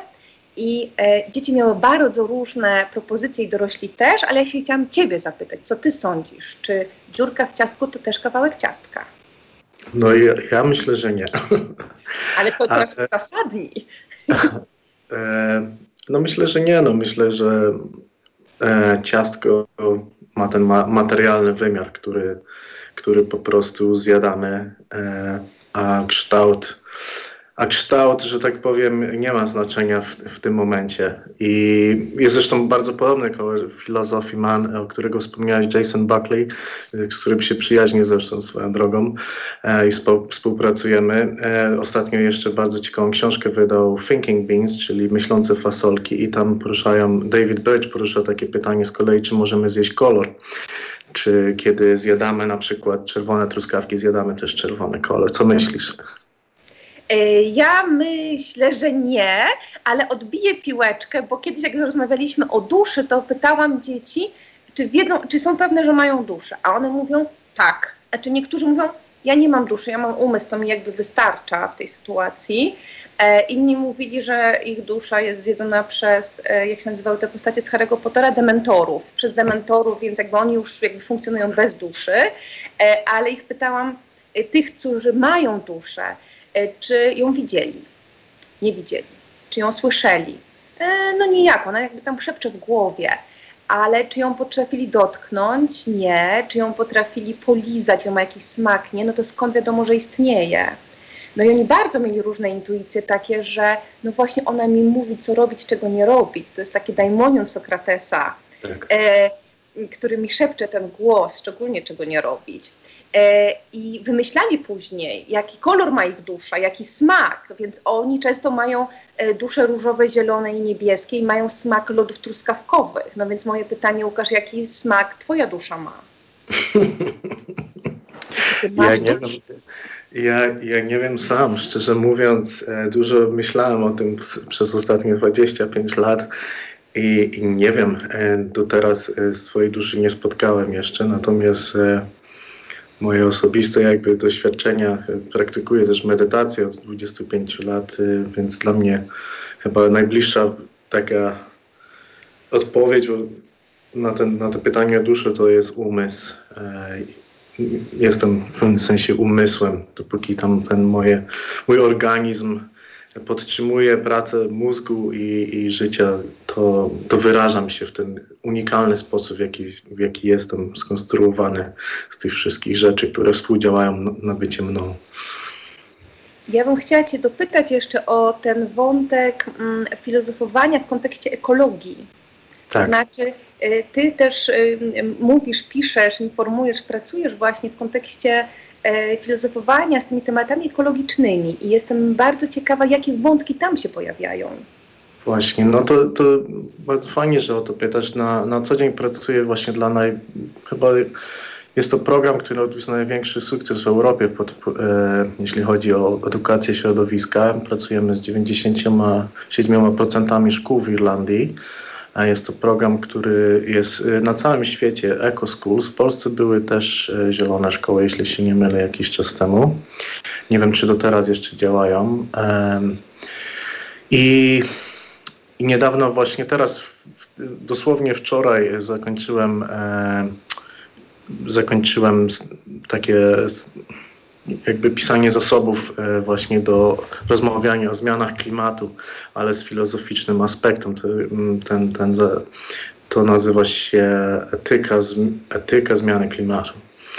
I e, dzieci miały bardzo różne propozycje i dorośli też, ale ja się chciałam ciebie zapytać, co ty sądzisz? Czy dziurka w ciastku to też kawałek ciastka? No ja, ja myślę, że nie. Ale to teraz uzasadnij. E, no myślę, że nie. No myślę, że e, ciastko ma ten ma, materialny wymiar, który, który po prostu zjadamy, e, a kształt A kształt, że tak powiem, nie ma znaczenia w, w tym momencie. I jest zresztą bardzo podobny koło filozofii Man, o którego wspomniałeś, Jason Buckley, z którym się przyjaźnię zresztą swoją drogą e, i współpracujemy. E, ostatnio jeszcze bardzo ciekawą książkę wydał Thinking Beans, czyli myślące fasolki, i tam poruszają, David Birch porusza takie pytanie z kolei, czy możemy zjeść kolor. Czy kiedy zjadamy na przykład czerwone truskawki, zjadamy też czerwony kolor. Co myślisz? Ja myślę, że nie, ale odbiję piłeczkę, bo kiedyś jak rozmawialiśmy o duszy, to pytałam dzieci, czy wiedzą, czy są pewne, że mają duszę, a one mówią tak. A czy niektórzy mówią, ja nie mam duszy, ja mam umysł, to mi jakby wystarcza w tej sytuacji. E, inni mówili, że ich dusza jest zjedzona przez, e, jak się nazywały te postacie z Harry'ego Pottera, dementorów. Przez dementorów, więc jakby oni już jakby funkcjonują bez duszy, e, ale ich pytałam, e, tych, którzy mają duszę, czy ją widzieli? Nie widzieli. Czy ją słyszeli? E, no niejako, ona jakby tam szepcze w głowie. Ale czy ją potrafili dotknąć? Nie. Czy ją potrafili polizać? Ją ma jakiś smak? Nie. No to skąd wiadomo, że istnieje? No i oni bardzo mieli różne intuicje takie, że no właśnie ona mi mówi, co robić, czego nie robić. To jest taki daimonion Sokratesa, tak. e, który mi szepcze ten głos, szczególnie czego nie robić. I wymyślali później, jaki kolor ma ich dusza, jaki smak, więc oni często mają dusze różowe, zielone i niebieskie i mają smak lodów truskawkowych. No więc moje pytanie, Łukasz, jaki smak twoja dusza ma? Ja nie, wiem, ja, ja nie wiem sam, szczerze mówiąc, dużo myślałem o tym przez ostatnie dwadzieścia pięć lat. I, i nie wiem, do teraz swojej duszy nie spotkałem jeszcze, natomiast moje osobiste jakby doświadczenia, praktykuję też medytację od dwudziestu pięciu lat, więc dla mnie chyba najbliższa taka odpowiedź na, ten, na to pytanie o duszę to jest umysł. Jestem w pewnym sensie umysłem, dopóki tam ten moje, mój organizm podtrzymuje pracę mózgu i, i życia, to, to wyrażam się w ten unikalny sposób, w jaki, w jaki jestem skonstruowany z tych wszystkich rzeczy, które współdziałają na bycie mną. Ja bym chciała cię dopytać jeszcze o ten wątek mm, filozofowania w kontekście ekologii. Tak. To znaczy, y, ty też y, mówisz, piszesz, informujesz, pracujesz właśnie w kontekście filozofowania z tymi tematami ekologicznymi i jestem bardzo ciekawa, jakie wątki tam się pojawiają. Właśnie, no to, to bardzo fajnie, że o to pytasz. Na, na co dzień pracuję właśnie dla naj... Chyba jest to program, który odniósł największy sukces w Europie, pod, e, jeśli chodzi o edukację środowiska. Pracujemy z dziewięćdziesięcioma siedmioma procentami szkół w Irlandii. A jest to program, który jest na całym świecie, Eco Schools. W Polsce były też zielone szkoły, jeśli się nie mylę, jakiś czas temu. Nie wiem, czy do teraz jeszcze działają. I, i niedawno, właśnie teraz, dosłownie wczoraj zakończyłem, zakończyłem takie jakby pisanie zasobów właśnie do rozmawiania o zmianach klimatu, ale z filozoficznym aspektem. To, ten, ten, to nazywa się etyka, etyka zmiany klimatu.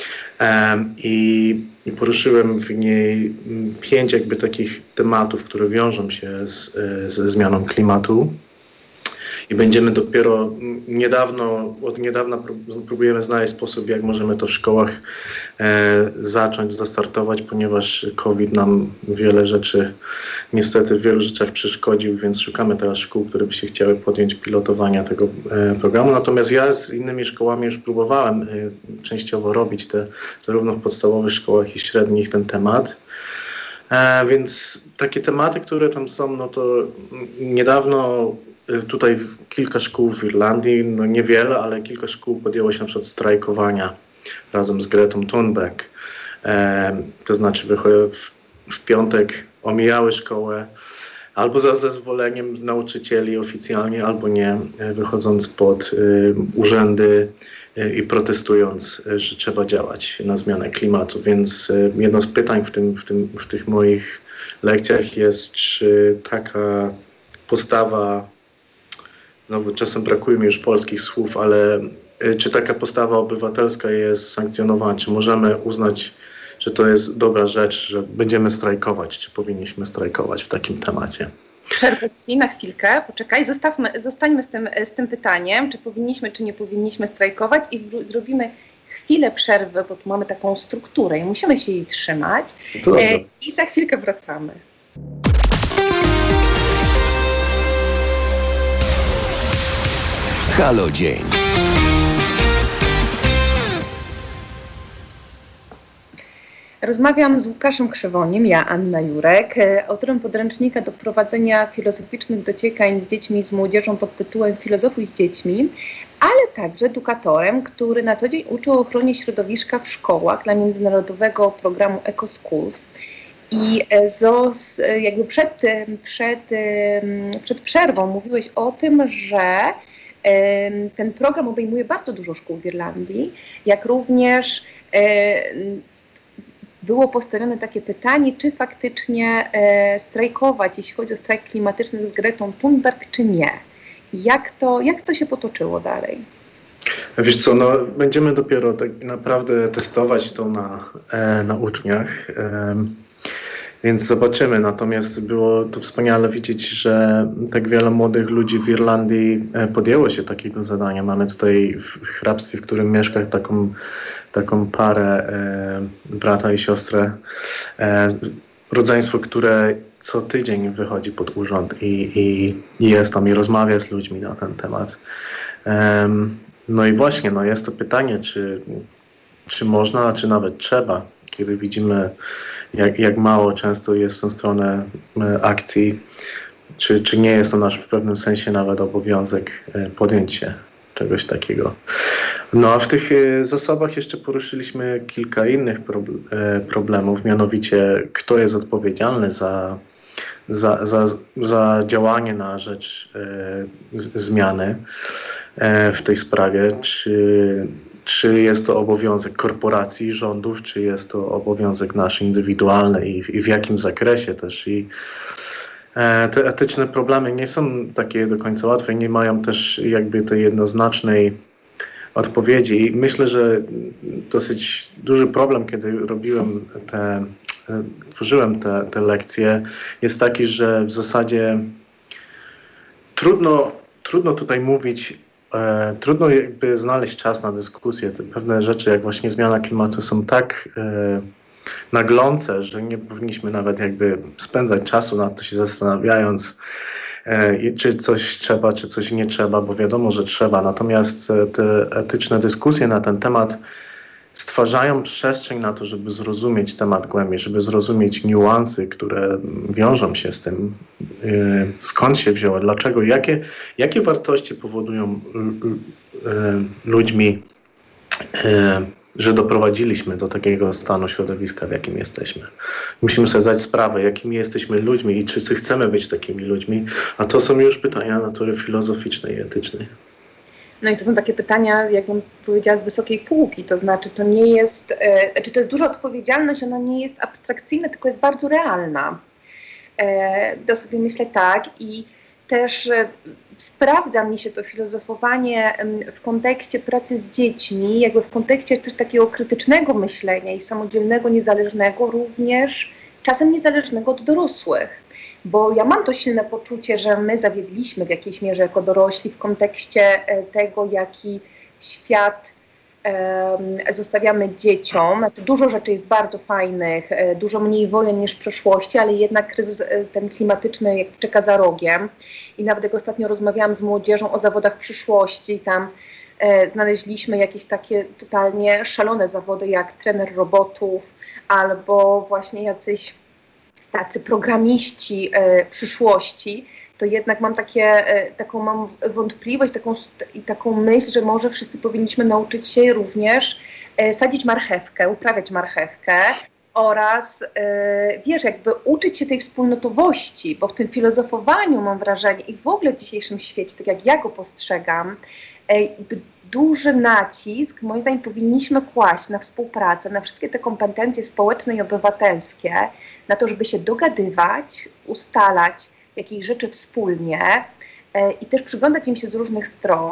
I, i poruszyłem w niej pięć jakby takich tematów, które wiążą się z, ze zmianą klimatu. I będziemy dopiero niedawno, od niedawna próbujemy znaleźć sposób, jak możemy to w szkołach e, zacząć, zastartować, ponieważ COVID nam wiele rzeczy, niestety w wielu rzeczach przeszkodził, więc szukamy teraz szkół, które by się chciały podjąć pilotowania tego e, programu. Natomiast ja z innymi szkołami już próbowałem e, częściowo robić te, zarówno w podstawowych szkołach i średnich ten temat. E, więc takie tematy, które tam są, no to niedawno tutaj kilka szkół w Irlandii, no niewiele, ale kilka szkół podjęło się na przykład strajkowania razem z Gretą Thunberg. E, to znaczy w, w piątek omijały szkołę albo za zezwoleniem nauczycieli oficjalnie, albo nie, wychodząc pod y, urzędy y, i protestując, y, że trzeba działać na zmianę klimatu. Więc y, jedno z pytań w, tym, w, tym, w tych moich lekcjach jest, czy taka postawa, znowu czasem brakuje mi już polskich słów, ale czy taka postawa obywatelska jest sankcjonowana? Czy możemy uznać, że to jest dobra rzecz, że będziemy strajkować, czy powinniśmy strajkować w takim temacie. Przerwę ci na chwilkę, poczekaj, zostawmy, zostańmy z tym, z tym pytaniem, czy powinniśmy, czy nie powinniśmy strajkować i w, zrobimy chwilę przerwy, bo tu mamy taką strukturę i musimy się jej trzymać e, i za chwilkę wracamy. Halo Dzień. Rozmawiam z Łukaszem Krzewoniem, ja Anna Jurek, autorem podręcznika do prowadzenia filozoficznych dociekań z dziećmi i z młodzieżą pod tytułem Filozofuj z dziećmi, ale także edukatorem, który na co dzień uczy o ochronie środowiska w szkołach dla międzynarodowego programu EcoSchools. I Zos, jakby przed, przed, przed przerwą mówiłeś o tym, że ten program obejmuje bardzo dużo szkół w Irlandii, jak również było postawione takie pytanie, czy faktycznie e, strajkować, jeśli chodzi o strajk klimatyczny z Gretą Thunberg, czy nie. Jak to, jak to się potoczyło dalej? Wiesz co, no, będziemy dopiero tak naprawdę testować to na, e, na uczniach, e, więc zobaczymy. Natomiast było to wspaniale widzieć, że tak wiele młodych ludzi w Irlandii podjęło się takiego zadania. Mamy tutaj w hrabstwie, w którym mieszka taką taką parę, e, brata i siostrę, e, rodzeństwo, które co tydzień wychodzi pod urząd i, i, i jest tam i rozmawia z ludźmi na ten temat. E, no i właśnie, no jest to pytanie, czy, czy można, czy nawet trzeba, kiedy widzimy, jak, jak mało często jest w tą stronę e, akcji, czy, czy nie jest to nasz w pewnym sensie nawet obowiązek e, podjąć się czegoś takiego. No a w tych zasobach jeszcze poruszyliśmy kilka innych problemów, mianowicie kto jest odpowiedzialny za, za, za, za działanie na rzecz e, z, zmiany e, w tej sprawie, czy, czy jest to obowiązek korporacji, rządów, czy jest to obowiązek nasz indywidualny i, i w jakim zakresie też. I e, te etyczne problemy nie są takie do końca łatwe, nie mają też jakby tej jednoznacznej odpowiedzi. I myślę, że dosyć duży problem, kiedy robiłem te, tworzyłem te, te lekcje, jest taki, że w zasadzie trudno, trudno tutaj mówić, e, trudno jakby znaleźć czas na dyskusję. Pewne rzeczy, jak właśnie zmiana klimatu, są tak e, naglące, że nie powinniśmy nawet jakby spędzać czasu nad to się zastanawiając, czy coś trzeba, czy coś nie trzeba, bo wiadomo, że trzeba. Natomiast te etyczne dyskusje na ten temat stwarzają przestrzeń na to, żeby zrozumieć temat głębiej, żeby zrozumieć niuansy, które wiążą się z tym, skąd się wzięło, dlaczego, jakie, jakie wartości powodują ludźmi, że doprowadziliśmy do takiego stanu środowiska, w jakim jesteśmy. Musimy sobie zdać sprawę, jakimi jesteśmy ludźmi i czy chcemy być takimi ludźmi, a to są już pytania natury filozoficznej i etycznej. No i to są takie pytania, jak bym powiedziała, z wysokiej półki, to znaczy to nie jest, e, czy to jest duża odpowiedzialność, ona nie jest abstrakcyjna, tylko jest bardzo realna. E, to sobie myślę tak i też e, sprawdza mi się to filozofowanie w kontekście pracy z dziećmi, jakby w kontekście też takiego krytycznego myślenia i samodzielnego, niezależnego, również czasem niezależnego od dorosłych. Bo ja mam to silne poczucie, że my zawiedliśmy w jakiejś mierze jako dorośli w kontekście tego, jaki świat e, zostawiamy dzieciom. Znaczy, dużo rzeczy jest bardzo fajnych, e, dużo mniej wojen niż w przeszłości, ale jednak kryzys e, ten klimatyczny jak czeka za rogiem. I nawet jak ostatnio rozmawiałam z młodzieżą o zawodach przyszłości, tam e, znaleźliśmy jakieś takie totalnie szalone zawody jak trener robotów albo właśnie jacyś tacy programiści e, przyszłości, to jednak mam takie, e, taką mam wątpliwość, taką, taką myśl, że może wszyscy powinniśmy nauczyć się również e, sadzić marchewkę, uprawiać marchewkę oraz, e, wiesz, jakby uczyć się tej wspólnotowości, bo w tym filozofowaniu mam wrażenie i w ogóle w dzisiejszym świecie, tak jak ja go postrzegam, e, duży nacisk, moim zdaniem, powinniśmy kłaść na współpracę, na wszystkie te kompetencje społeczne i obywatelskie, na to, żeby się dogadywać, ustalać jakieś rzeczy wspólnie e, i też przyglądać im się z różnych stron,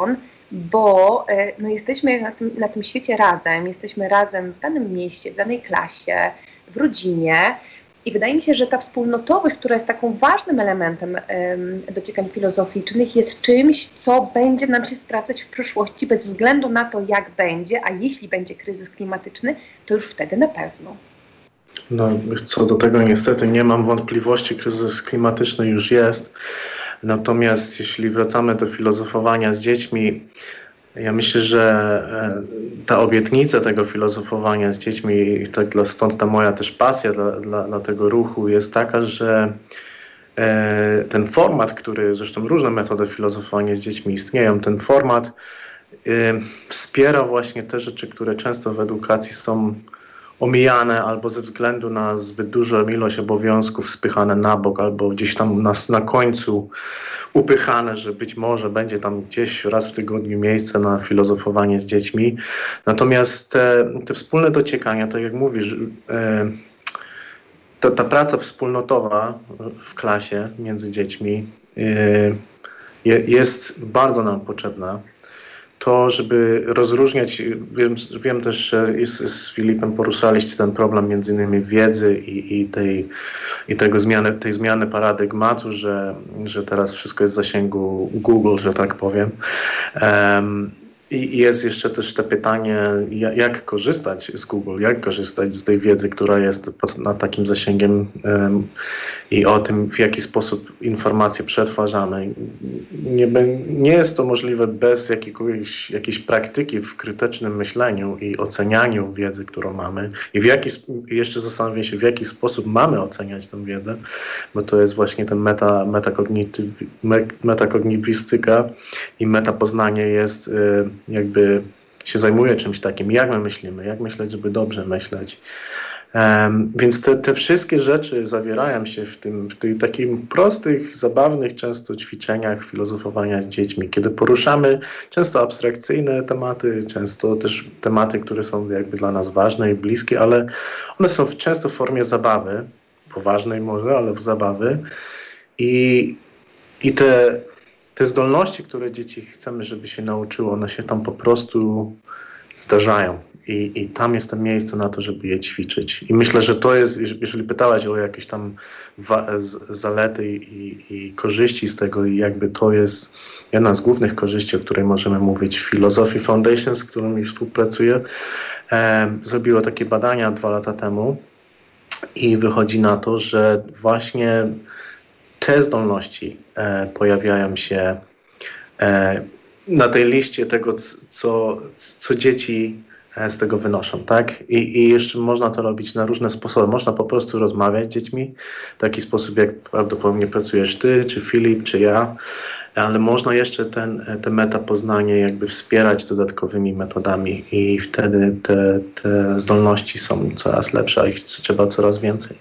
bo no, jesteśmy na tym, na tym świecie razem, jesteśmy razem w danym mieście, w danej klasie, w rodzinie i wydaje mi się, że ta wspólnotowość, która jest taką ważnym elementem um, dociekań filozoficznych, jest czymś, co będzie nam się sprawdzać w przyszłości bez względu na to, jak będzie, a jeśli będzie kryzys klimatyczny, to już wtedy na pewno. No, co do tego niestety nie mam wątpliwości, kryzys klimatyczny już jest. Natomiast jeśli wracamy do filozofowania z dziećmi, ja myślę, że ta obietnica tego filozofowania z dziećmi, tak dla, stąd ta moja też pasja dla, dla, dla tego ruchu jest taka, że e, ten format, który, zresztą różne metody filozofowania z dziećmi istnieją, ten format e, wspiera właśnie te rzeczy, które często w edukacji są omijane albo ze względu na zbyt dużą ilość obowiązków spychane na bok albo gdzieś tam na, na końcu upychane, że być może będzie tam gdzieś raz w tygodniu miejsce na filozofowanie z dziećmi. Natomiast te, te wspólne dociekania, tak jak mówisz, e, ta, ta praca wspólnotowa w klasie między dziećmi e, je, jest bardzo nam potrzebna. To, żeby rozróżniać, wiem, wiem też, że z, z Filipem poruszaliście ten problem między innymi wiedzy i, i, tej, i tego zmiany, tej zmiany paradygmatu, że, że teraz wszystko jest w zasięgu Google, że tak powiem. Um, I jest jeszcze też to pytanie, jak korzystać z Google, jak korzystać z tej wiedzy, która jest pod nad takim zasięgiem um, i o tym, w jaki sposób informacje przetwarzamy. Nie, nie jest to możliwe bez jakiegoś, jakiejś praktyki w krytycznym myśleniu i ocenianiu wiedzy, którą mamy. I w jaki, jeszcze zastanowię się, w jaki sposób mamy oceniać tę wiedzę, bo to jest właśnie ten meta, metakognityw, metakognitywistyka i metapoznanie jest y, jakby się zajmuje czymś takim, jak my myślimy, jak myśleć, żeby dobrze myśleć. Um, więc te, te wszystkie rzeczy zawierają się w tym, w tych takich prostych, zabawnych często ćwiczeniach filozofowania z dziećmi, kiedy poruszamy często abstrakcyjne tematy, często też tematy, które są jakby dla nas ważne i bliskie, ale one są w, często w formie zabawy, poważnej może, ale w zabawy. I, i te Te zdolności, które dzieci chcemy, żeby się nauczyło, one się tam po prostu zdarzają i, i tam jest to miejsce na to, żeby je ćwiczyć. I myślę, że to jest, jeżeli pytałaś o jakieś tam wa- z- zalety i, i korzyści z tego i jakby to jest jedna z głównych korzyści, o której możemy mówić. Philosophy Foundation, z którą już współpracuję, e, zrobiło takie badania dwa lata temu i wychodzi na to, że właśnie te zdolności e, pojawiają się e, na tej liście tego, co, co dzieci e, z tego wynoszą, tak? I, I jeszcze można to robić na różne sposoby. Można po prostu rozmawiać z dziećmi w taki sposób, jak prawdopodobnie pracujesz ty, czy Filip, czy ja, ale można jeszcze ten, te metapoznanie jakby wspierać dodatkowymi metodami i wtedy te, te zdolności są coraz lepsze, a ich trzeba coraz więcej.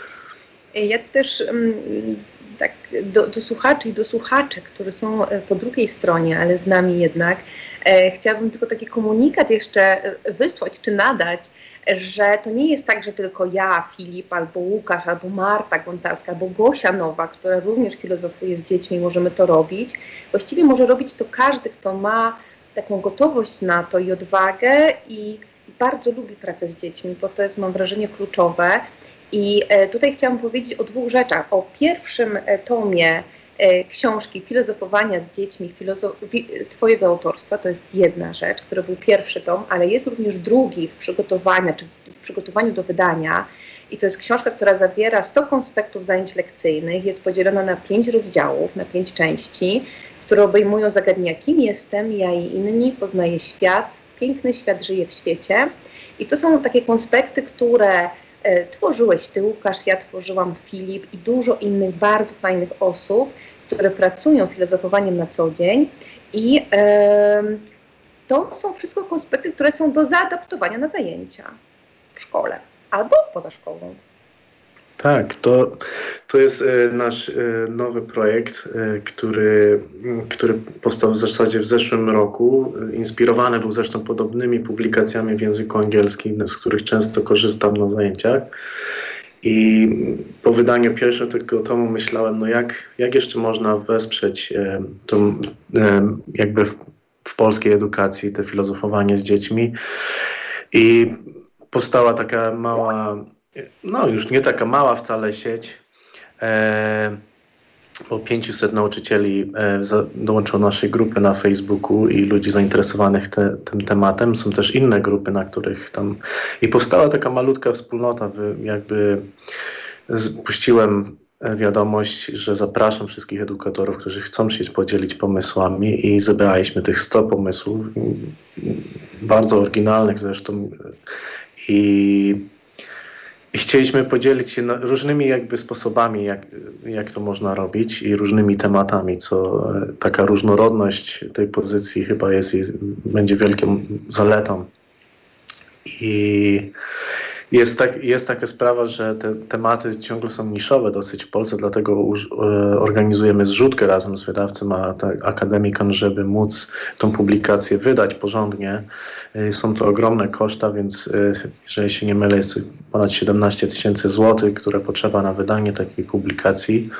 Ja też um, tak do, do słuchaczy i do słuchaczek, którzy są po drugiej stronie, ale z nami jednak, e, chciałabym tylko taki komunikat jeszcze wysłać czy nadać, że to nie jest tak, że tylko ja, Filip, albo Łukasz, albo Marta Gontarska, albo Gosia Nowa, która również filozofuje z dziećmi, możemy to robić. Właściwie może robić to każdy, kto ma taką gotowość na to i odwagę i bardzo lubi pracę z dziećmi, bo to jest, mam wrażenie, kluczowe. I tutaj chciałam powiedzieć o dwóch rzeczach. O pierwszym tomie książki Filozofowania z dziećmi filozof- twojego autorstwa, to jest jedna rzecz, który był pierwszy tom, ale jest również drugi w przygotowaniu, czy w przygotowaniu do wydania. I to jest książka, która zawiera sto konspektów zajęć lekcyjnych, jest podzielona na pięć rozdziałów, na pięć części, które obejmują zagadnienia, kim jestem, ja i inni, poznaję świat, piękny świat żyje w świecie. I to są takie konspekty, które e, tworzyłeś ty, Łukasz, ja tworzyłam, Filip i dużo innych bardzo fajnych osób, które pracują filozofowaniem na co dzień. I e, to są wszystko konspekty, które są do zaadaptowania na zajęcia w szkole albo poza szkołą. Tak, to, to jest e, nasz e, nowy projekt, e, który, który powstał w zasadzie w zeszłym roku. Inspirowany był zresztą podobnymi publikacjami w języku angielskim, z których często korzystam na zajęciach. I po wydaniu pierwszego tego tomu myślałem, no jak, jak jeszcze można wesprzeć e, tą e, jakby w polskiej edukacji, to filozofowanie z dziećmi. I powstała taka mała, no już nie taka mała wcale sieć, e, bo pięciuset nauczycieli e, za, dołączyło do naszej grupy na Facebooku i ludzi zainteresowanych te, tym tematem. Są też inne grupy, na których tam... I powstała taka malutka wspólnota, wy, jakby puściłem wiadomość, że zapraszam wszystkich edukatorów, którzy chcą się podzielić pomysłami i zebraliśmy tych sto pomysłów, bardzo oryginalnych zresztą i, i chcieliśmy podzielić się różnymi jakby sposobami, jak, jak to można robić i różnymi tematami, co taka różnorodność tej pozycji chyba jest, jest będzie wielką zaletą. I Jest, tak, jest taka sprawa, że te tematy ciągle są niszowe dosyć w Polsce, dlatego uż, e, organizujemy zrzutkę razem z wydawcą, a tak, akademikiem, żeby móc tą publikację wydać porządnie. E, są to ogromne koszta, więc e, jeżeli się nie mylę, jest ponad siedemnaście tysięcy złotych, które potrzeba na wydanie takiej publikacji.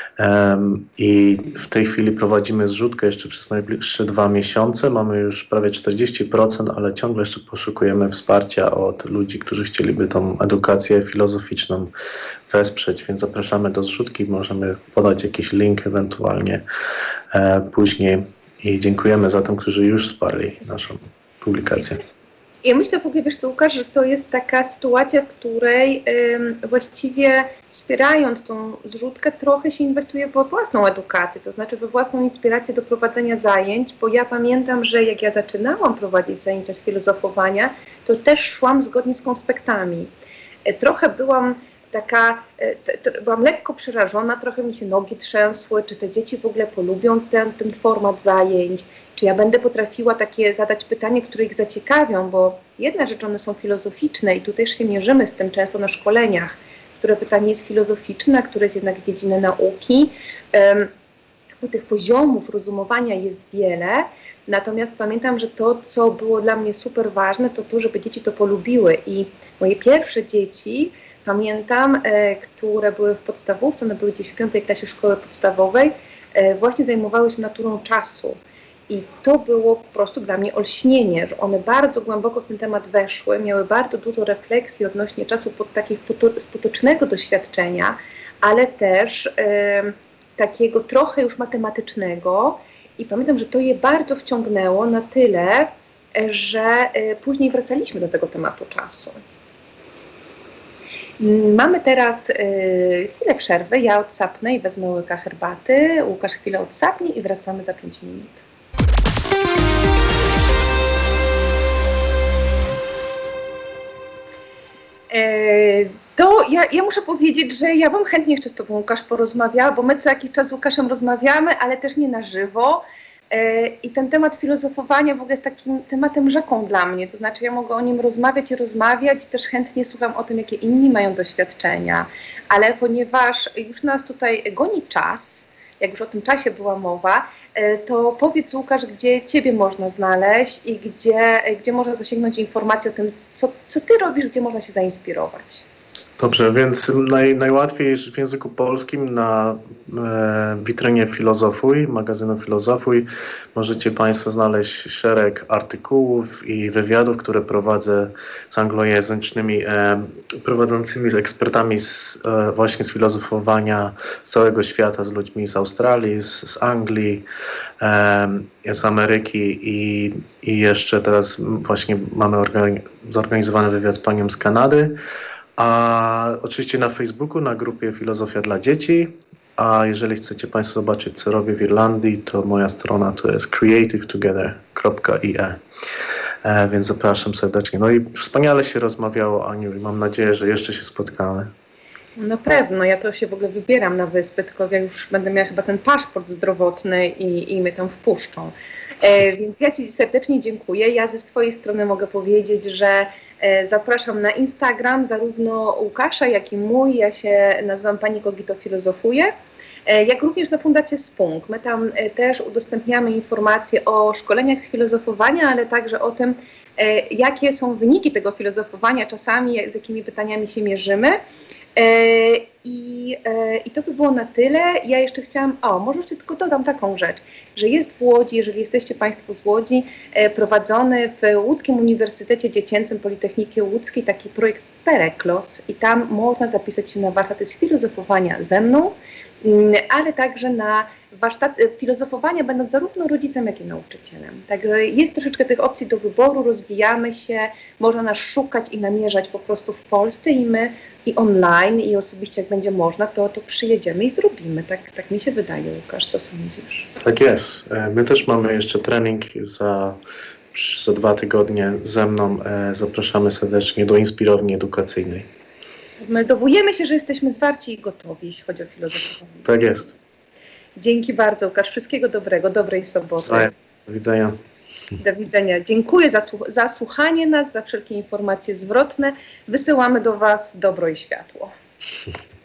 Um, I w tej chwili prowadzimy zrzutkę jeszcze przez najbliższe dwa miesiące. Mamy już prawie czterdzieści procent, ale ciągle jeszcze poszukujemy wsparcia od ludzi, którzy chcieliby tą edukację filozoficzną wesprzeć, więc zapraszamy do zrzutki. Możemy podać jakiś link ewentualnie e, później i dziękujemy za tym, którzy już wsparli naszą publikację. Ja myślę w ogóle, wiesz co, Łukasz, że to jest taka sytuacja, w której ym, właściwie wspierając tą zrzutkę trochę się inwestuje we własną edukację, to znaczy we własną inspirację do prowadzenia zajęć, bo ja pamiętam, że jak ja zaczynałam prowadzić zajęcia z filozofowania, to też szłam zgodnie z konspektami. E, trochę byłam taka, e, t, byłam lekko przerażona, trochę mi się nogi trzęsły, czy te dzieci w ogóle polubią ten, ten format zajęć, czy ja będę potrafiła takie zadać pytanie, które ich zaciekawią, bo jedna rzecz, one są filozoficzne i tu też się mierzymy z tym często na szkoleniach, które pytanie jest filozoficzne, a które jest jednak z dziedziny nauki, um, bo tych poziomów rozumowania jest wiele, natomiast pamiętam, że to, co było dla mnie super ważne, to to, żeby dzieci to polubiły i moje pierwsze dzieci, pamiętam, e, które były w podstawówce, one były gdzieś w piątej klasie szkoły podstawowej, e, właśnie zajmowały się naturą czasu. I to było po prostu dla mnie olśnienie, że one bardzo głęboko w ten temat weszły, miały bardzo dużo refleksji odnośnie czasu pod takich z potocznego doświadczenia, ale też y, takiego trochę już matematycznego. I pamiętam, że to je bardzo wciągnęło na tyle, że y, później wracaliśmy do tego tematu czasu. Mamy teraz y, chwilę przerwy, ja odsapnę i wezmę łyka herbaty, Łukasz chwilę odsapnie i wracamy za pięć minut. To ja, ja muszę powiedzieć, że ja bym chętnie jeszcze z Tobą, Łukasz, porozmawiała, bo my co jakiś czas z Łukaszem rozmawiamy, ale też nie na żywo. I ten temat filozofowania w ogóle jest takim tematem rzeką dla mnie, to znaczy ja mogę o nim rozmawiać i rozmawiać i też chętnie słucham o tym, jakie inni mają doświadczenia, ale ponieważ już nas tutaj goni czas, jak już o tym czasie była mowa, to powiedz, Łukasz, gdzie Ciebie można znaleźć i gdzie, gdzie można zasięgnąć informacji o tym, co, co Ty robisz, gdzie można się zainspirować. Dobrze, więc naj, najłatwiej w języku polskim na e, witrynie Filozofuj, magazynu Filozofuj, możecie Państwo znaleźć szereg artykułów i wywiadów, które prowadzę z anglojęzycznymi e, prowadzącymi ekspertami z, e, właśnie z filozofowania z całego świata, z ludźmi z Australii, z, z Anglii, e, z Ameryki i, i jeszcze teraz właśnie mamy organi- zorganizowany wywiad z panią z Kanady. A oczywiście na Facebooku, na grupie Filozofia dla Dzieci, a jeżeli chcecie Państwo zobaczyć, co robię w Irlandii, to moja strona to jest creative together kropka i e, e więc zapraszam serdecznie. No i wspaniale się rozmawiało, Aniu, i mam nadzieję, że jeszcze się spotkamy. Na pewno, ja to się w ogóle wybieram na wyspę, tylko ja już będę miała chyba ten paszport zdrowotny i, i mnie tam wpuszczą. E, więc ja Ci serdecznie dziękuję. Ja ze swojej strony mogę powiedzieć, że e, zapraszam na Instagram zarówno Łukasza, jak i mój. Ja się nazywam Pani Kogito Filozofuje. jak również na Fundację Spunk. My tam też udostępniamy informacje o szkoleniach z filozofowania, ale także o tym, jakie są wyniki tego filozofowania czasami, z jakimi pytaniami się mierzymy. I, I to by było na tyle. Ja jeszcze chciałam, o, może jeszcze tylko dodam taką rzecz, że jest w Łodzi, jeżeli jesteście Państwo z Łodzi, prowadzony w Łódzkim Uniwersytecie Dziecięcym Politechniki Łódzkiej taki projekt Pereklos i tam można zapisać się na warsztaty z filozofowania ze mną, ale także na warsztat filozofowania, będąc zarówno rodzicem, jak i nauczycielem. Także jest troszeczkę tych opcji do wyboru, rozwijamy się, można nas szukać i namierzać po prostu w Polsce i my i online, i osobiście jak będzie można, to, to przyjedziemy i zrobimy. Tak, tak mi się wydaje, Łukasz, co sądzisz? Tak jest. My też mamy jeszcze trening za, za dwa tygodnie ze mną. Zapraszamy serdecznie do Inspirowni Edukacyjnej. Meldowujemy się, że jesteśmy zwarci i gotowi, jeśli chodzi o filozofię. Tak jest. Dzięki bardzo, Łukasz. Wszystkiego dobrego, dobrej soboty. Do widzenia. Do widzenia. Dziękuję za, za słuchanie nas, za wszelkie informacje zwrotne. Wysyłamy do Was dobro i światło.